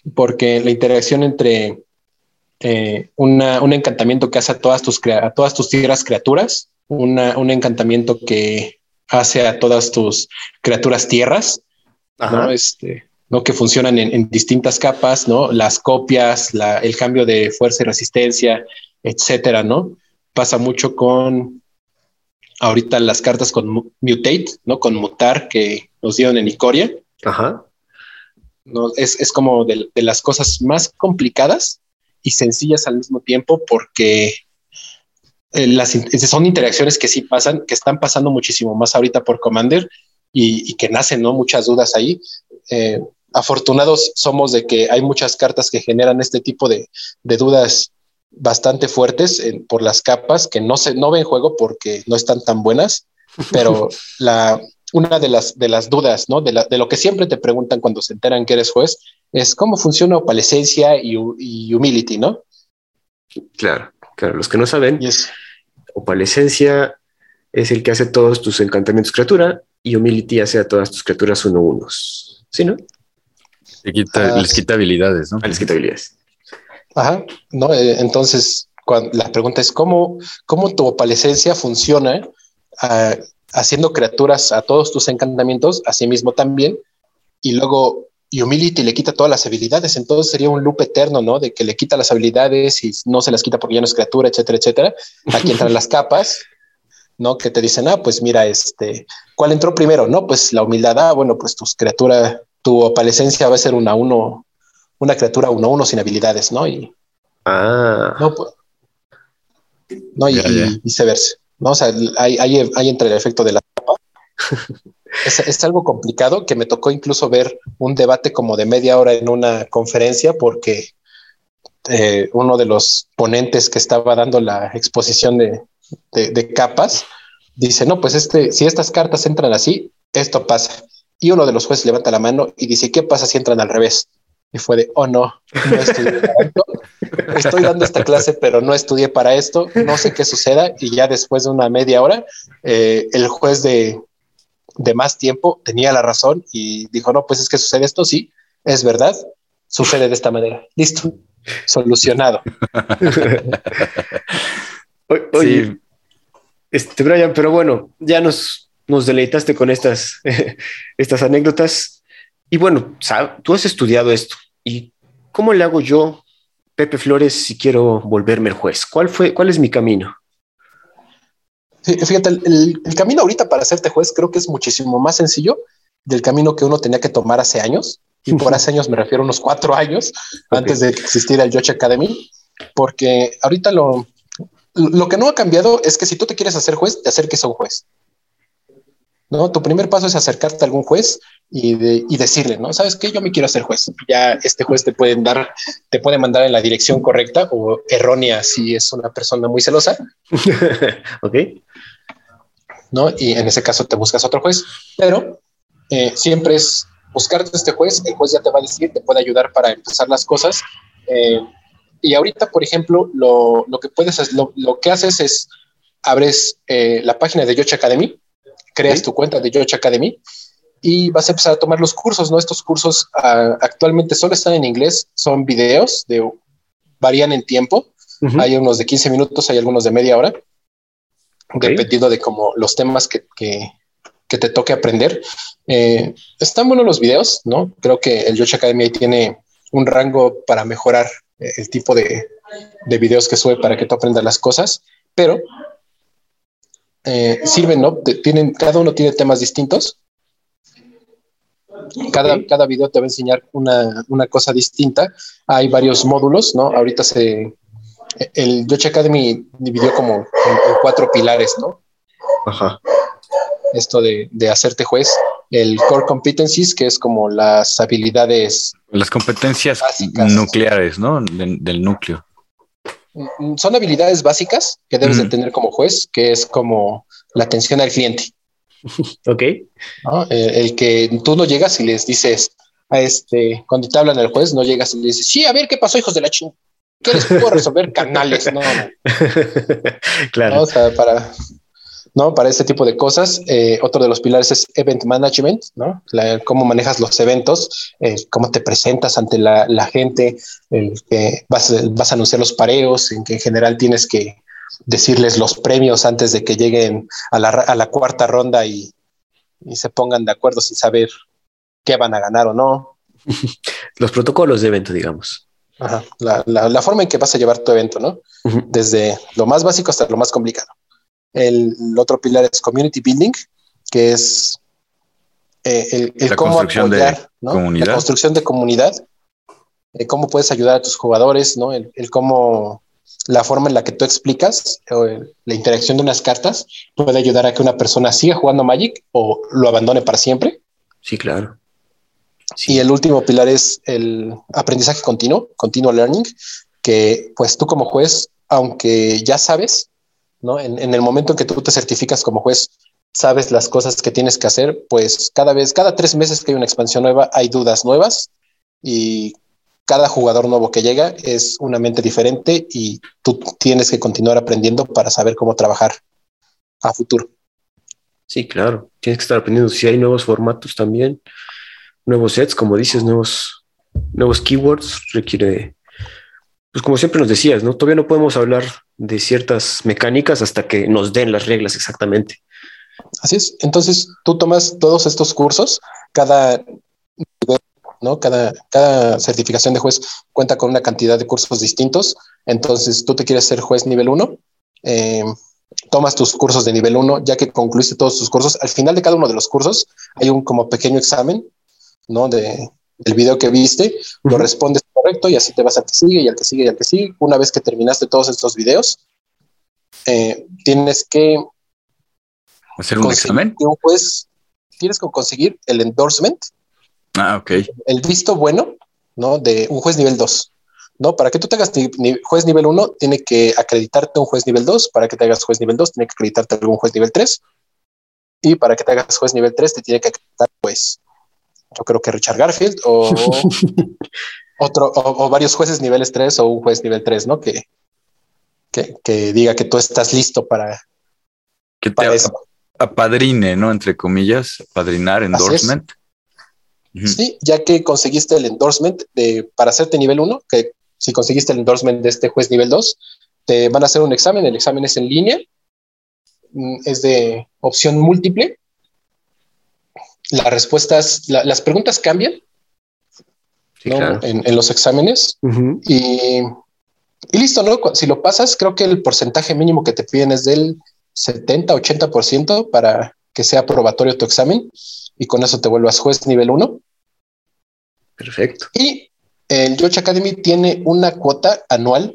porque la interacción entre eh, una, un encantamiento que hace a todas tus, a todas tus tierras criaturas, una, un encantamiento que hace a todas tus criaturas tierras, ¿no? Este, ¿no? Que funcionan en, en distintas capas, ¿no? Las copias, la, el cambio de fuerza y resistencia, etcétera, ¿no? Pasa mucho con ahorita las cartas con Mutate, ¿no? Con mutar que nos dieron en Ikoria. Ajá. No, es, es como de, de las cosas más complicadas y sencillas al mismo tiempo, porque eh, las, son interacciones que sí pasan, que están pasando muchísimo más ahorita por Commander y, y que nacen, ¿no? Muchas dudas ahí. Eh, afortunados somos de que hay muchas cartas que generan este tipo de, de dudas bastante fuertes en, por las capas que no se no ven juego porque no están tan buenas, pero la una de las de las dudas, ¿no? De, la, de lo que siempre te preguntan cuando se enteran que eres juez es cómo funciona opalescencia y, y humility, ¿no? Claro, claro. Los que no saben, yes. Opalescencia es el que hace todos tus encantamientos criatura y humility hace a todas tus criaturas uno unos. ¿Sí, no? Le quita, uh, les quita habilidades, ¿no? Ah, les quita habilidades. Ajá, no, eh, entonces cuando, la pregunta es cómo, cómo tu opalescencia funciona uh, haciendo criaturas a todos tus encantamientos, a sí mismo también, y luego y Humility le quita todas las habilidades, entonces sería un loop eterno, ¿no? De que le quita las habilidades y no se las quita porque ya no es criatura, etcétera, etcétera. Aquí entran las capas, ¿no? Que te dicen, ah, pues mira, este, ¿cuál entró primero? No, pues la humildad, ah, bueno, pues tus criaturas, tu opalescencia va a ser una uno, una criatura uno uno sin habilidades, ¿no? Y ah. no, pues, no, y, Ya, ya. y viceversa, ¿no? O sea, ahí, ahí, ahí entra el efecto de la capa. Es, es algo complicado que me tocó incluso ver un debate como de media hora en una conferencia porque eh, uno de los ponentes que estaba dando la exposición de, de, de capas dice, no, pues este, si estas cartas entran así, esto pasa. Y uno de los jueces levanta la mano y dice, ¿qué pasa si entran al revés? Y fue de, oh no, no estudié para esto. Estoy dando esta clase, pero no estudié para esto. No sé qué suceda. Y ya después de una media hora, eh, el juez de, de más tiempo tenía la razón y dijo, no, pues es que sucede esto, sí, es verdad, sucede de esta manera. Listo, solucionado. Oye, Sí. este, Brian, pero bueno, ya nos, nos deleitaste con estas, estas anécdotas. Y bueno, ¿sabes? Tú has estudiado esto. ¿Y cómo le hago yo, Pepe Flores, si quiero volverme el juez? ¿Cuál fue, cuál es mi camino? Sí, fíjate, el, el camino ahorita para hacerte juez creo que es muchísimo más sencillo del camino que uno tenía que tomar hace años. Y por hace años me refiero a unos cuatro años okay. antes de que existiera el Yoshi Academy, porque ahorita lo, lo que no ha cambiado es que si tú te quieres hacer juez, te acerques a un juez. ¿No? Tu primer paso es acercarte a algún juez y, de, y decirle, ¿no? ¿Sabes qué? Yo me quiero hacer juez. Ya este juez te puede dar, te puede mandar en la dirección correcta o errónea si es una persona muy celosa. Ok. ¿No? Y en ese caso te buscas otro juez, pero eh, siempre es buscarte este juez, el juez ya te va a decir, te puede ayudar para empezar las cosas. Eh, y ahorita, por ejemplo, lo, lo que puedes hacer, lo, lo que haces es abres eh, la página de Yoshi Academy, creas ¿Sí? tu cuenta de Yoshi Academy y vas a empezar a tomar los cursos, ¿no? Estos cursos uh, actualmente solo están en inglés, son videos, de, varían en tiempo, uh-huh. Hay unos de quince minutos, hay algunos de media hora, okay. Dependiendo de como los temas que, que, que te toque aprender. Eh, están buenos los videos, ¿no? Creo que el Yoshi Academy tiene un rango para mejorar el tipo de, de videos que sube para que tú aprendas las cosas, pero Eh, sirven, ¿no? Tienen, cada uno tiene temas distintos. Cada, okay. cada video te va a enseñar una, una cosa distinta. Hay varios módulos, ¿no? Ahorita se... El Yoshi Academy dividió como en, en cuatro pilares, ¿no? Ajá. Esto de, de hacerte juez. El Core Competencies, que es como las habilidades... Las competencias básicas. Nucleares, ¿no? De, del núcleo. Son habilidades básicas que debes mm. de tener como juez, que es como la atención al cliente. Ok. ¿No? El, el que tú no llegas y les dices a este, cuando te hablan al juez, no llegas y le dices, sí, a ver, ¿qué pasó, hijos de la chingada? ¿Qué les puedo resolver? Canales, no, no. Claro. ¿No? O sea, para, ¿no? Para este tipo de cosas. Eh, otro de los pilares es Event Management, ¿no? La, cómo manejas los eventos, eh, cómo te presentas ante la, la gente, el que vas, vas a anunciar los pareos, en que en general tienes que decirles los premios antes de que lleguen a la, a la cuarta ronda y, y se pongan de acuerdo sin saber qué van a ganar o no. Los protocolos de evento, digamos. Ajá. La, la, la forma en que vas a llevar tu evento, ¿no? Uh-huh. Desde lo más básico hasta lo más complicado. El, el otro pilar es Community Building, que es eh, el, el cómo apoyar, ¿no? La construcción de comunidad, eh, cómo puedes ayudar a tus jugadores, ¿no? El, el cómo la forma en la que tú explicas o el, la interacción de unas cartas puede ayudar a que una persona siga jugando Magic o lo abandone para siempre. Sí, claro. Sí. Y el último pilar es el aprendizaje continuo, continual learning, que pues tú como juez, aunque ya sabes, ¿no? En, en el momento en que tú te certificas como juez, sabes las cosas que tienes que hacer, pues cada vez, cada tres meses que hay una expansión nueva, hay dudas nuevas y cada jugador nuevo que llega es una mente diferente y tú tienes que continuar aprendiendo para saber cómo trabajar a futuro. Sí, claro. Tienes que estar aprendiendo. Si hay nuevos formatos también, nuevos sets, como dices, nuevos, nuevos keywords, requiere, pues como siempre nos decías, ¿no? Todavía no podemos hablar de ciertas mecánicas hasta que nos den las reglas exactamente. Así es. Entonces tú tomas todos estos cursos, cada ¿no? Cada, cada certificación de juez cuenta con una cantidad de cursos distintos. Entonces tú te quieres ser juez nivel uno, eh, tomas tus cursos de nivel uno, ya que concluiste todos tus cursos. Al final de cada uno de los cursos hay un como pequeño examen, ¿no? De, del video que viste, uh-huh. Lo respondes correcto y así te vas al que sigue y al que sigue y al que sigue. Una vez que terminaste todos estos videos, eh, tienes que hacer un examen. Un juez, tienes que conseguir el endorsement. Ah, ok. El visto bueno, ¿no? De un juez nivel dos, ¿no? Para que tú te hagas ni, ni juez nivel uno, tiene que acreditarte un juez nivel dos. Para que te hagas juez nivel dos, tiene que acreditarte algún juez nivel tres. Y para que te hagas juez nivel tres, te tiene que acreditar, pues, yo creo que Richard Garfield o otro, o, o varios jueces niveles tres o un juez nivel tres, ¿no? Que, que, que diga que tú estás listo para, que te para eso. Apadrine, ¿no? Entre comillas, padrinar, endorsement. Uh-huh. Sí, ya que conseguiste el endorsement de, para hacerte nivel uno, que si conseguiste el endorsement de este juez nivel dos, te van a hacer un examen. El examen es en línea, es de opción múltiple. Las respuestas, la, las preguntas cambian, sí, ¿no? Claro. en, en los exámenes. Uh-huh. y, y listo, ¿no? Si lo pasas, creo que el porcentaje mínimo que te piden es del setenta a ochenta por ciento para que sea probatorio tu examen. Y con eso te vuelvas juez nivel uno. Perfecto. Y el Yoch Academy tiene una cuota anual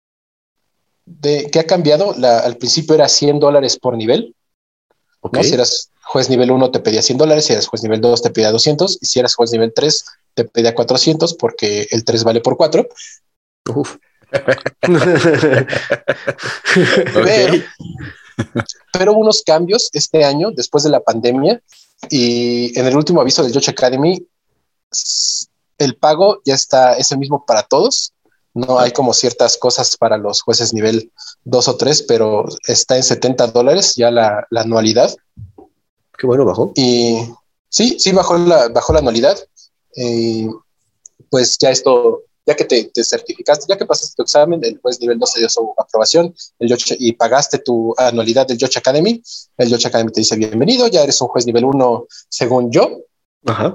de, que ha cambiado. La, al principio era cien dólares por nivel. Okay. ¿No? Si eras juez nivel uno te pedía cien dólares, si eras juez nivel dos te pedía doscientos, y si eras juez nivel tres te pedía cuatrocientos porque el tres vale por cuatro. Uf. Okay. Pero hubo unos cambios este año, después de la pandemia, y en el último aviso del Yoch Academy, el pago ya está, es el mismo para todos. No hay como ciertas cosas para los jueces nivel dos o tres, pero está en setenta dólares ya la, la anualidad. Qué bueno, bajó. Y sí, sí, bajó la, bajó la anualidad. Y pues ya esto, ya que te, te certificaste, ya que pasaste tu examen, el juez nivel dos te dio su aprobación el Yoch, y pagaste tu anualidad del Yoch Academy, el Yoch Academy te dice bienvenido, ya eres un juez nivel uno según yo. Ajá.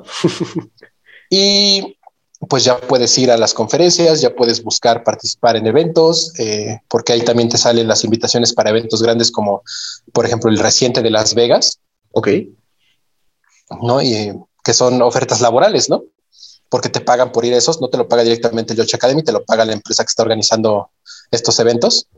Y pues ya puedes ir a las conferencias, ya puedes buscar participar en eventos, eh, porque ahí también te salen las invitaciones para eventos grandes como, por ejemplo, el reciente de Las Vegas. Ok. ¿No? Y eh, que son ofertas laborales, ¿no? Porque te pagan por ir a esos, no te lo paga directamente el Yoch Academy, te lo paga la empresa que está organizando estos eventos.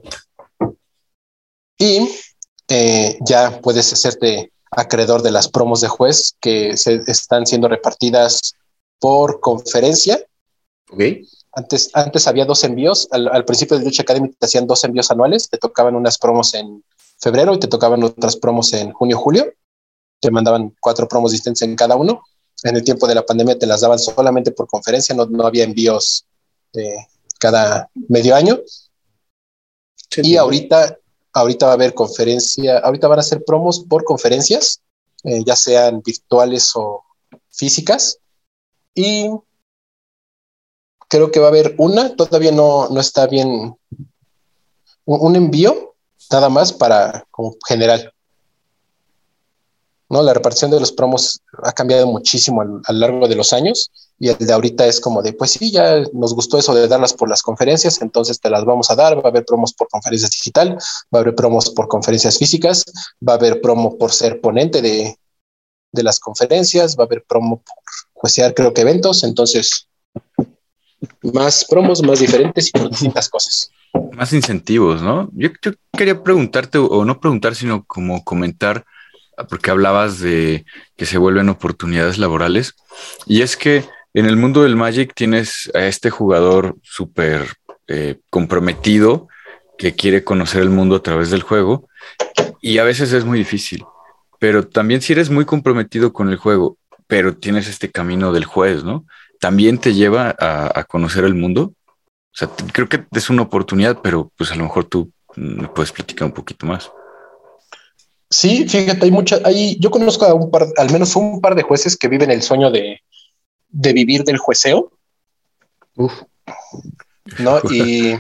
Y eh, ya puedes hacerte acreedor de las promos de juez que se están siendo repartidas por conferencia. Okay. Antes, antes había dos envíos. Al, al principio del Yoch Academy te hacían dos envíos anuales. Te tocaban unas promos en febrero y te tocaban otras promos en junio, julio. Te mandaban cuatro promos distintos en cada uno. En el tiempo de la pandemia te las daban solamente por conferencia. No, no había envíos de cada medio año. Sí, y ahorita ahorita va a haber conferencia, ahorita van a hacer promos por conferencias, eh, ya sean virtuales o físicas, y creo que va a haber una, todavía no, no está bien, un, un envío nada más para como general. ¿No? La repartición de los promos ha cambiado muchísimo al- a lo largo de los años, y el de ahorita es como de, pues sí, ya nos gustó eso de darlas por las conferencias, entonces te las vamos a dar. Va a haber promos por conferencias digital, va a haber promos por conferencias físicas, va a haber promo por ser ponente de, de las conferencias, va a haber promo por juecear, creo que eventos, entonces más promos, más diferentes y por distintas cosas. Más incentivos, ¿no? Yo, yo quería preguntarte, o no preguntar, sino como comentar, porque hablabas de que se vuelven oportunidades laborales. Y es que en el mundo del Magic tienes a este jugador súper eh, comprometido que quiere conocer el mundo a través del juego, y a veces es muy difícil. Pero también si eres muy comprometido con el juego, pero tienes este camino del juez, ¿no? También te lleva a, a conocer el mundo. O sea, t- creo que es una oportunidad, pero pues a lo mejor tú mm, me puedes platicar un poquito más. Sí, fíjate, hay mucha, hay, yo conozco a un par, al menos un par de jueces que viven el sueño de, de vivir del jueceo, Uf, ¿no? Y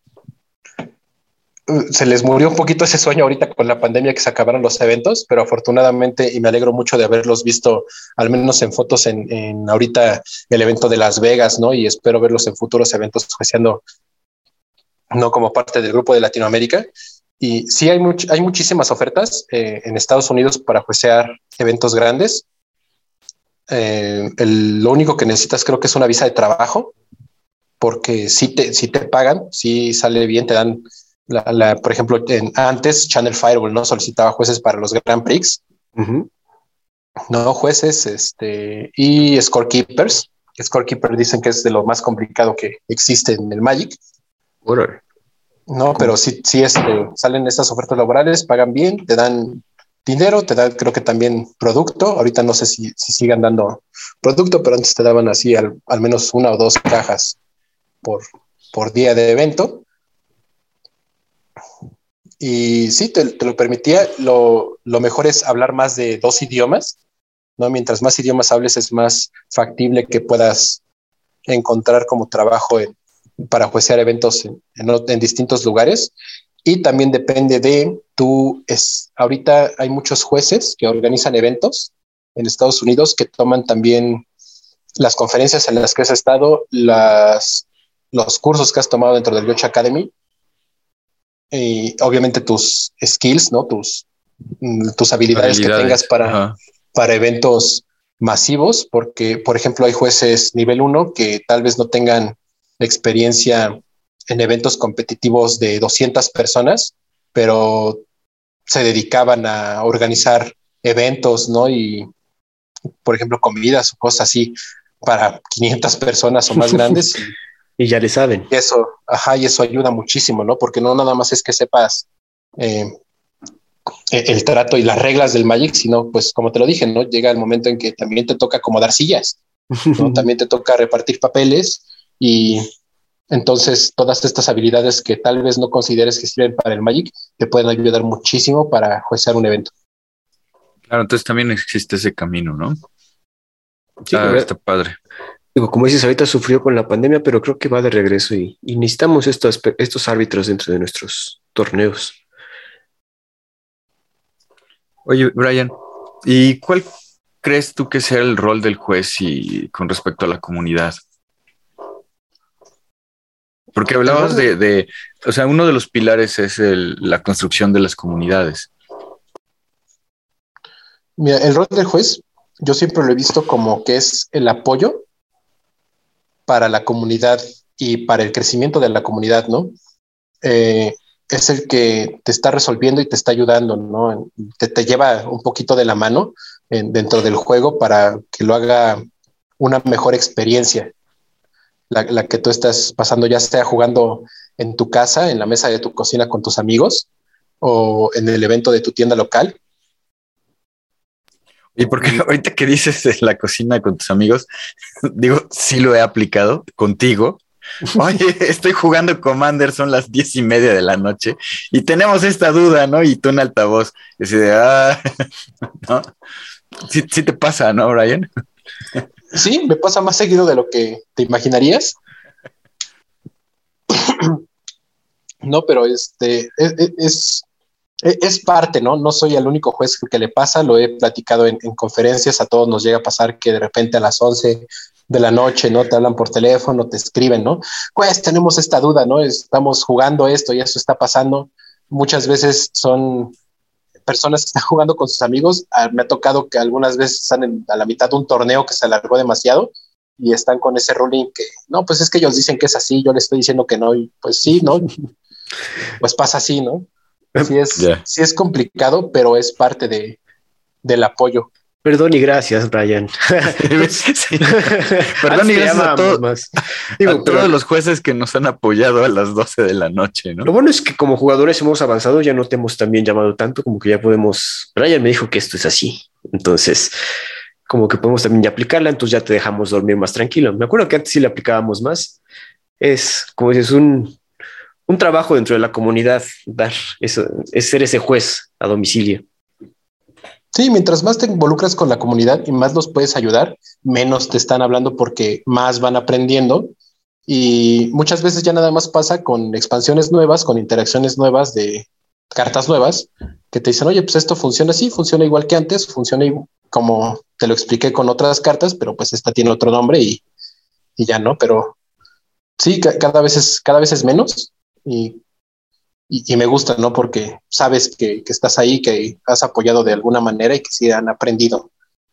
uh, se les murió un poquito ese sueño ahorita con la pandemia, que se acabaron los eventos, pero afortunadamente, y me alegro mucho de haberlos visto, al menos en fotos en, en ahorita el evento de Las Vegas, ¿no? Y espero verlos en futuros eventos jueceando, no como parte del grupo de Latinoamérica. Y sí, hay, much hay muchísimas ofertas eh, en Estados Unidos para juecear eventos grandes. Eh, el, lo único que necesitas creo que es una visa de trabajo, porque si te, si te pagan, si sale bien, te dan, la, la, por ejemplo, en, antes Channel Fireball no solicitaba jueces para los Grand Prix, ujú. no jueces, este, y scorekeepers. Scorekeeper dicen que es de lo más complicado que existe en el Magic. Órale. No, pero sí, sí este, salen estas ofertas laborales, pagan bien, te dan dinero, te dan creo que también producto. Ahorita no sé si, si sigan dando producto, pero antes te daban así al, al menos una o dos cajas por, por día de evento. Y sí, te, te lo permitía. Lo, lo mejor es hablar más de dos idiomas, ¿no? Mientras más idiomas hables, es más factible que puedas encontrar como trabajo en, para juecear eventos en, en, en distintos lugares. Y también depende de tú, es, ahorita hay muchos jueces que organizan eventos en Estados Unidos que toman también las conferencias en las que has estado, las, los cursos que has tomado dentro del Yocha Academy, y obviamente tus skills, ¿no? Tus, mm, tus habilidades que tengas Habilidades. para, Ajá. para eventos masivos, porque, por ejemplo, hay jueces nivel uno que tal vez no tengan experiencia en eventos competitivos de doscientas personas, pero se dedicaban a organizar eventos, ¿no? Y, por ejemplo, comidas o cosas así para quinientas personas o más grandes. Y Y ya le saben. eso, ajá, y eso ayuda muchísimo, ¿no? Porque no nada más es que sepas eh, el trato y las reglas del Magic, sino, pues, como te lo dije, ¿no? Llega el momento en que también te toca acomodar sillas, ¿no? También te toca repartir papeles, y entonces todas estas habilidades que tal vez no consideres que sirven para el Magic te pueden ayudar muchísimo para juecear un evento. Claro, entonces también existe ese camino, ¿no? Sí, la Está, verdad. está padre. Digo, como dices, ahorita sufrió con la pandemia, pero creo que va de regreso y, y necesitamos estos, estos árbitros dentro de nuestros torneos. Oye, Brian, ¿y cuál crees tú que sea el rol del juez y con respecto a la comunidad? Porque El hablabas rol, de, de, o sea, uno de los pilares es el- la construcción de las comunidades. mira, el rol del juez, yo siempre lo he visto como que es el apoyo para la comunidad y para el crecimiento de la comunidad, ¿no? Eh, es el que te está resolviendo y te está ayudando, ¿no? Te, te lleva un poquito de la mano en, dentro del juego para que lo haga una mejor experiencia, la, la que tú estás pasando, ya sea jugando en tu casa, en la mesa de tu cocina con tus amigos, o en el evento de tu tienda local. Y porque ahorita que dices de la cocina con tus amigos, digo, sí lo he aplicado contigo, Oye, estoy jugando Commander, son las diez y media de la noche y tenemos esta duda, ¿no? Y tú en altavoz, y así de, ah, ¿no? Sí, sí te pasa, ¿no, Brian? Sí, me pasa más seguido de lo que te imaginarías. No, pero este es, es, es parte, ¿no? No soy el único juez que le pasa, lo he platicado en, en conferencias, a todos nos llega a pasar que de repente a las once de la noche, ¿no? Te hablan por teléfono, te escriben, ¿no? Pues tenemos esta duda, ¿no? Estamos jugando esto y eso está pasando. Muchas veces son personas que están jugando con sus amigos. Me ha tocado que algunas veces están en, a la mitad de un torneo que se alargó demasiado y están con ese ruling que, no, pues es que ellos dicen que es así, yo les estoy diciendo que no, y pues sí, ¿no? Pues pasa así, ¿no? Sí es, yeah. sí es complicado, pero es parte de, del apoyo. Perdón y gracias, Brian. Sí. Perdón y gracias a, todo, más. Digo, a todos los jueces que nos han apoyado a las doce de la noche, ¿no? Lo bueno es que como jugadores hemos avanzado, ya no te hemos también llamado tanto, como que ya podemos... Brian me dijo que esto es así, entonces como que podemos también ya aplicarla, entonces ya te dejamos dormir más tranquilo. Me acuerdo que antes sí le aplicábamos más. Es, como dices, un, un trabajo dentro de la comunidad, dar eso, es ser ese juez a domicilio. Sí, mientras más te involucras con la comunidad y más los puedes ayudar, menos te están hablando porque más van aprendiendo. Y muchas veces ya nada más pasa con expansiones nuevas, con interacciones nuevas de cartas nuevas, que te dicen, oye, pues esto funciona así, funciona igual que antes, funciona igual, como te lo expliqué con otras cartas, pero pues esta tiene otro nombre y, y ya no. Pero sí, ca- cada vez es, cada vez es menos y Y, y me gusta, ¿no? Porque sabes que, que estás ahí, que has apoyado de alguna manera y que sí han aprendido.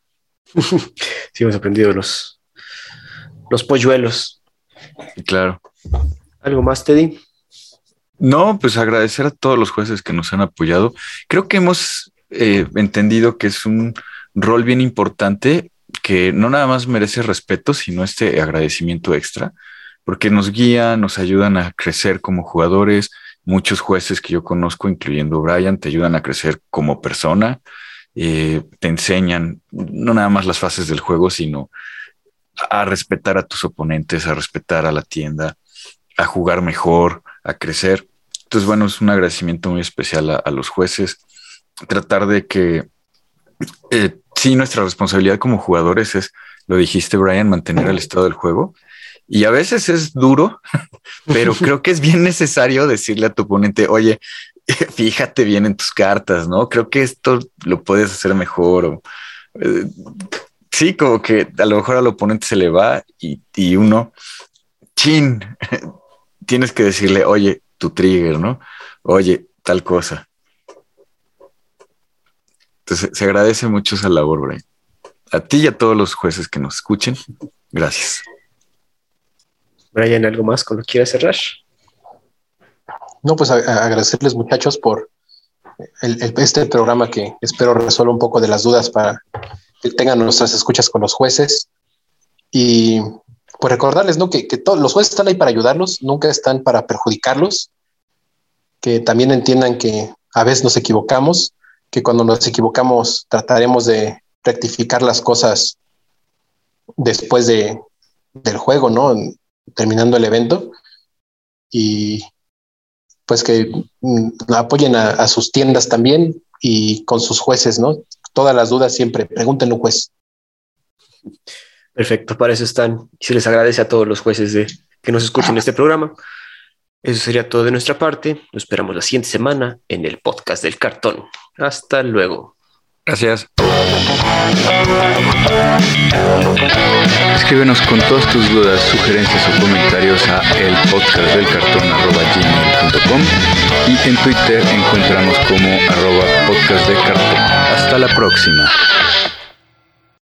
Sí, hemos aprendido los, los polluelos. Claro. ¿Algo más, Teddy? No, pues agradecer a todos los jueces que nos han apoyado. Creo que hemos eh, entendido que es un rol bien importante que no nada más merece respeto, sino este agradecimiento extra, porque nos guían, nos ayudan a crecer como jugadores. Muchos jueces que yo conozco, incluyendo Brian, te ayudan a crecer como persona, eh, te enseñan no nada más las fases del juego, sino a respetar a tus oponentes, a respetar a la tienda, a jugar mejor, a crecer. Entonces, bueno, es un agradecimiento muy especial a, a los jueces. Tratar de que, eh, sí, nuestra responsabilidad como jugadores es, lo dijiste, Brian, mantener el estado del juego. Y a veces es duro, pero creo que es bien necesario decirle a tu oponente, oye, fíjate bien en tus cartas, ¿no? Creo que esto lo puedes hacer mejor. O, eh, sí, como que a lo mejor al oponente se le va y, y uno, chin, tienes que decirle, oye, tu trigger, ¿no? Oye, tal cosa. Entonces, se agradece mucho esa labor, Brian. A ti y a todos los jueces que nos escuchen, gracias. Brian, ¿algo más con lo que quieras cerrar? No, pues a, a agradecerles, muchachos, por el, el, este programa que espero resuelva un poco de las dudas para que tengan nuestras escuchas con los jueces. Y pues recordarles, ¿no? Que, que todos los jueces están ahí para ayudarlos, nunca están para perjudicarlos, que también entiendan que a veces nos equivocamos, que cuando nos equivocamos trataremos de rectificar las cosas después de, del juego, ¿no? Terminando el evento, y pues que mm, apoyen a, a sus tiendas también y con sus jueces, ¿no? Todas las dudas siempre, pregúntenle a un juez. Perfecto, para eso están. Y se les agradece a todos los jueces de, que nos escuchen este programa. Eso sería todo de nuestra parte. Nos esperamos la siguiente semana en el podcast del cartón. Hasta luego. Gracias. Escríbenos con todas tus dudas, sugerencias o comentarios a el podcast del cartón arroba gmail punto com y en Twitter encontramos como arroba podcast de cartón. Hasta la próxima.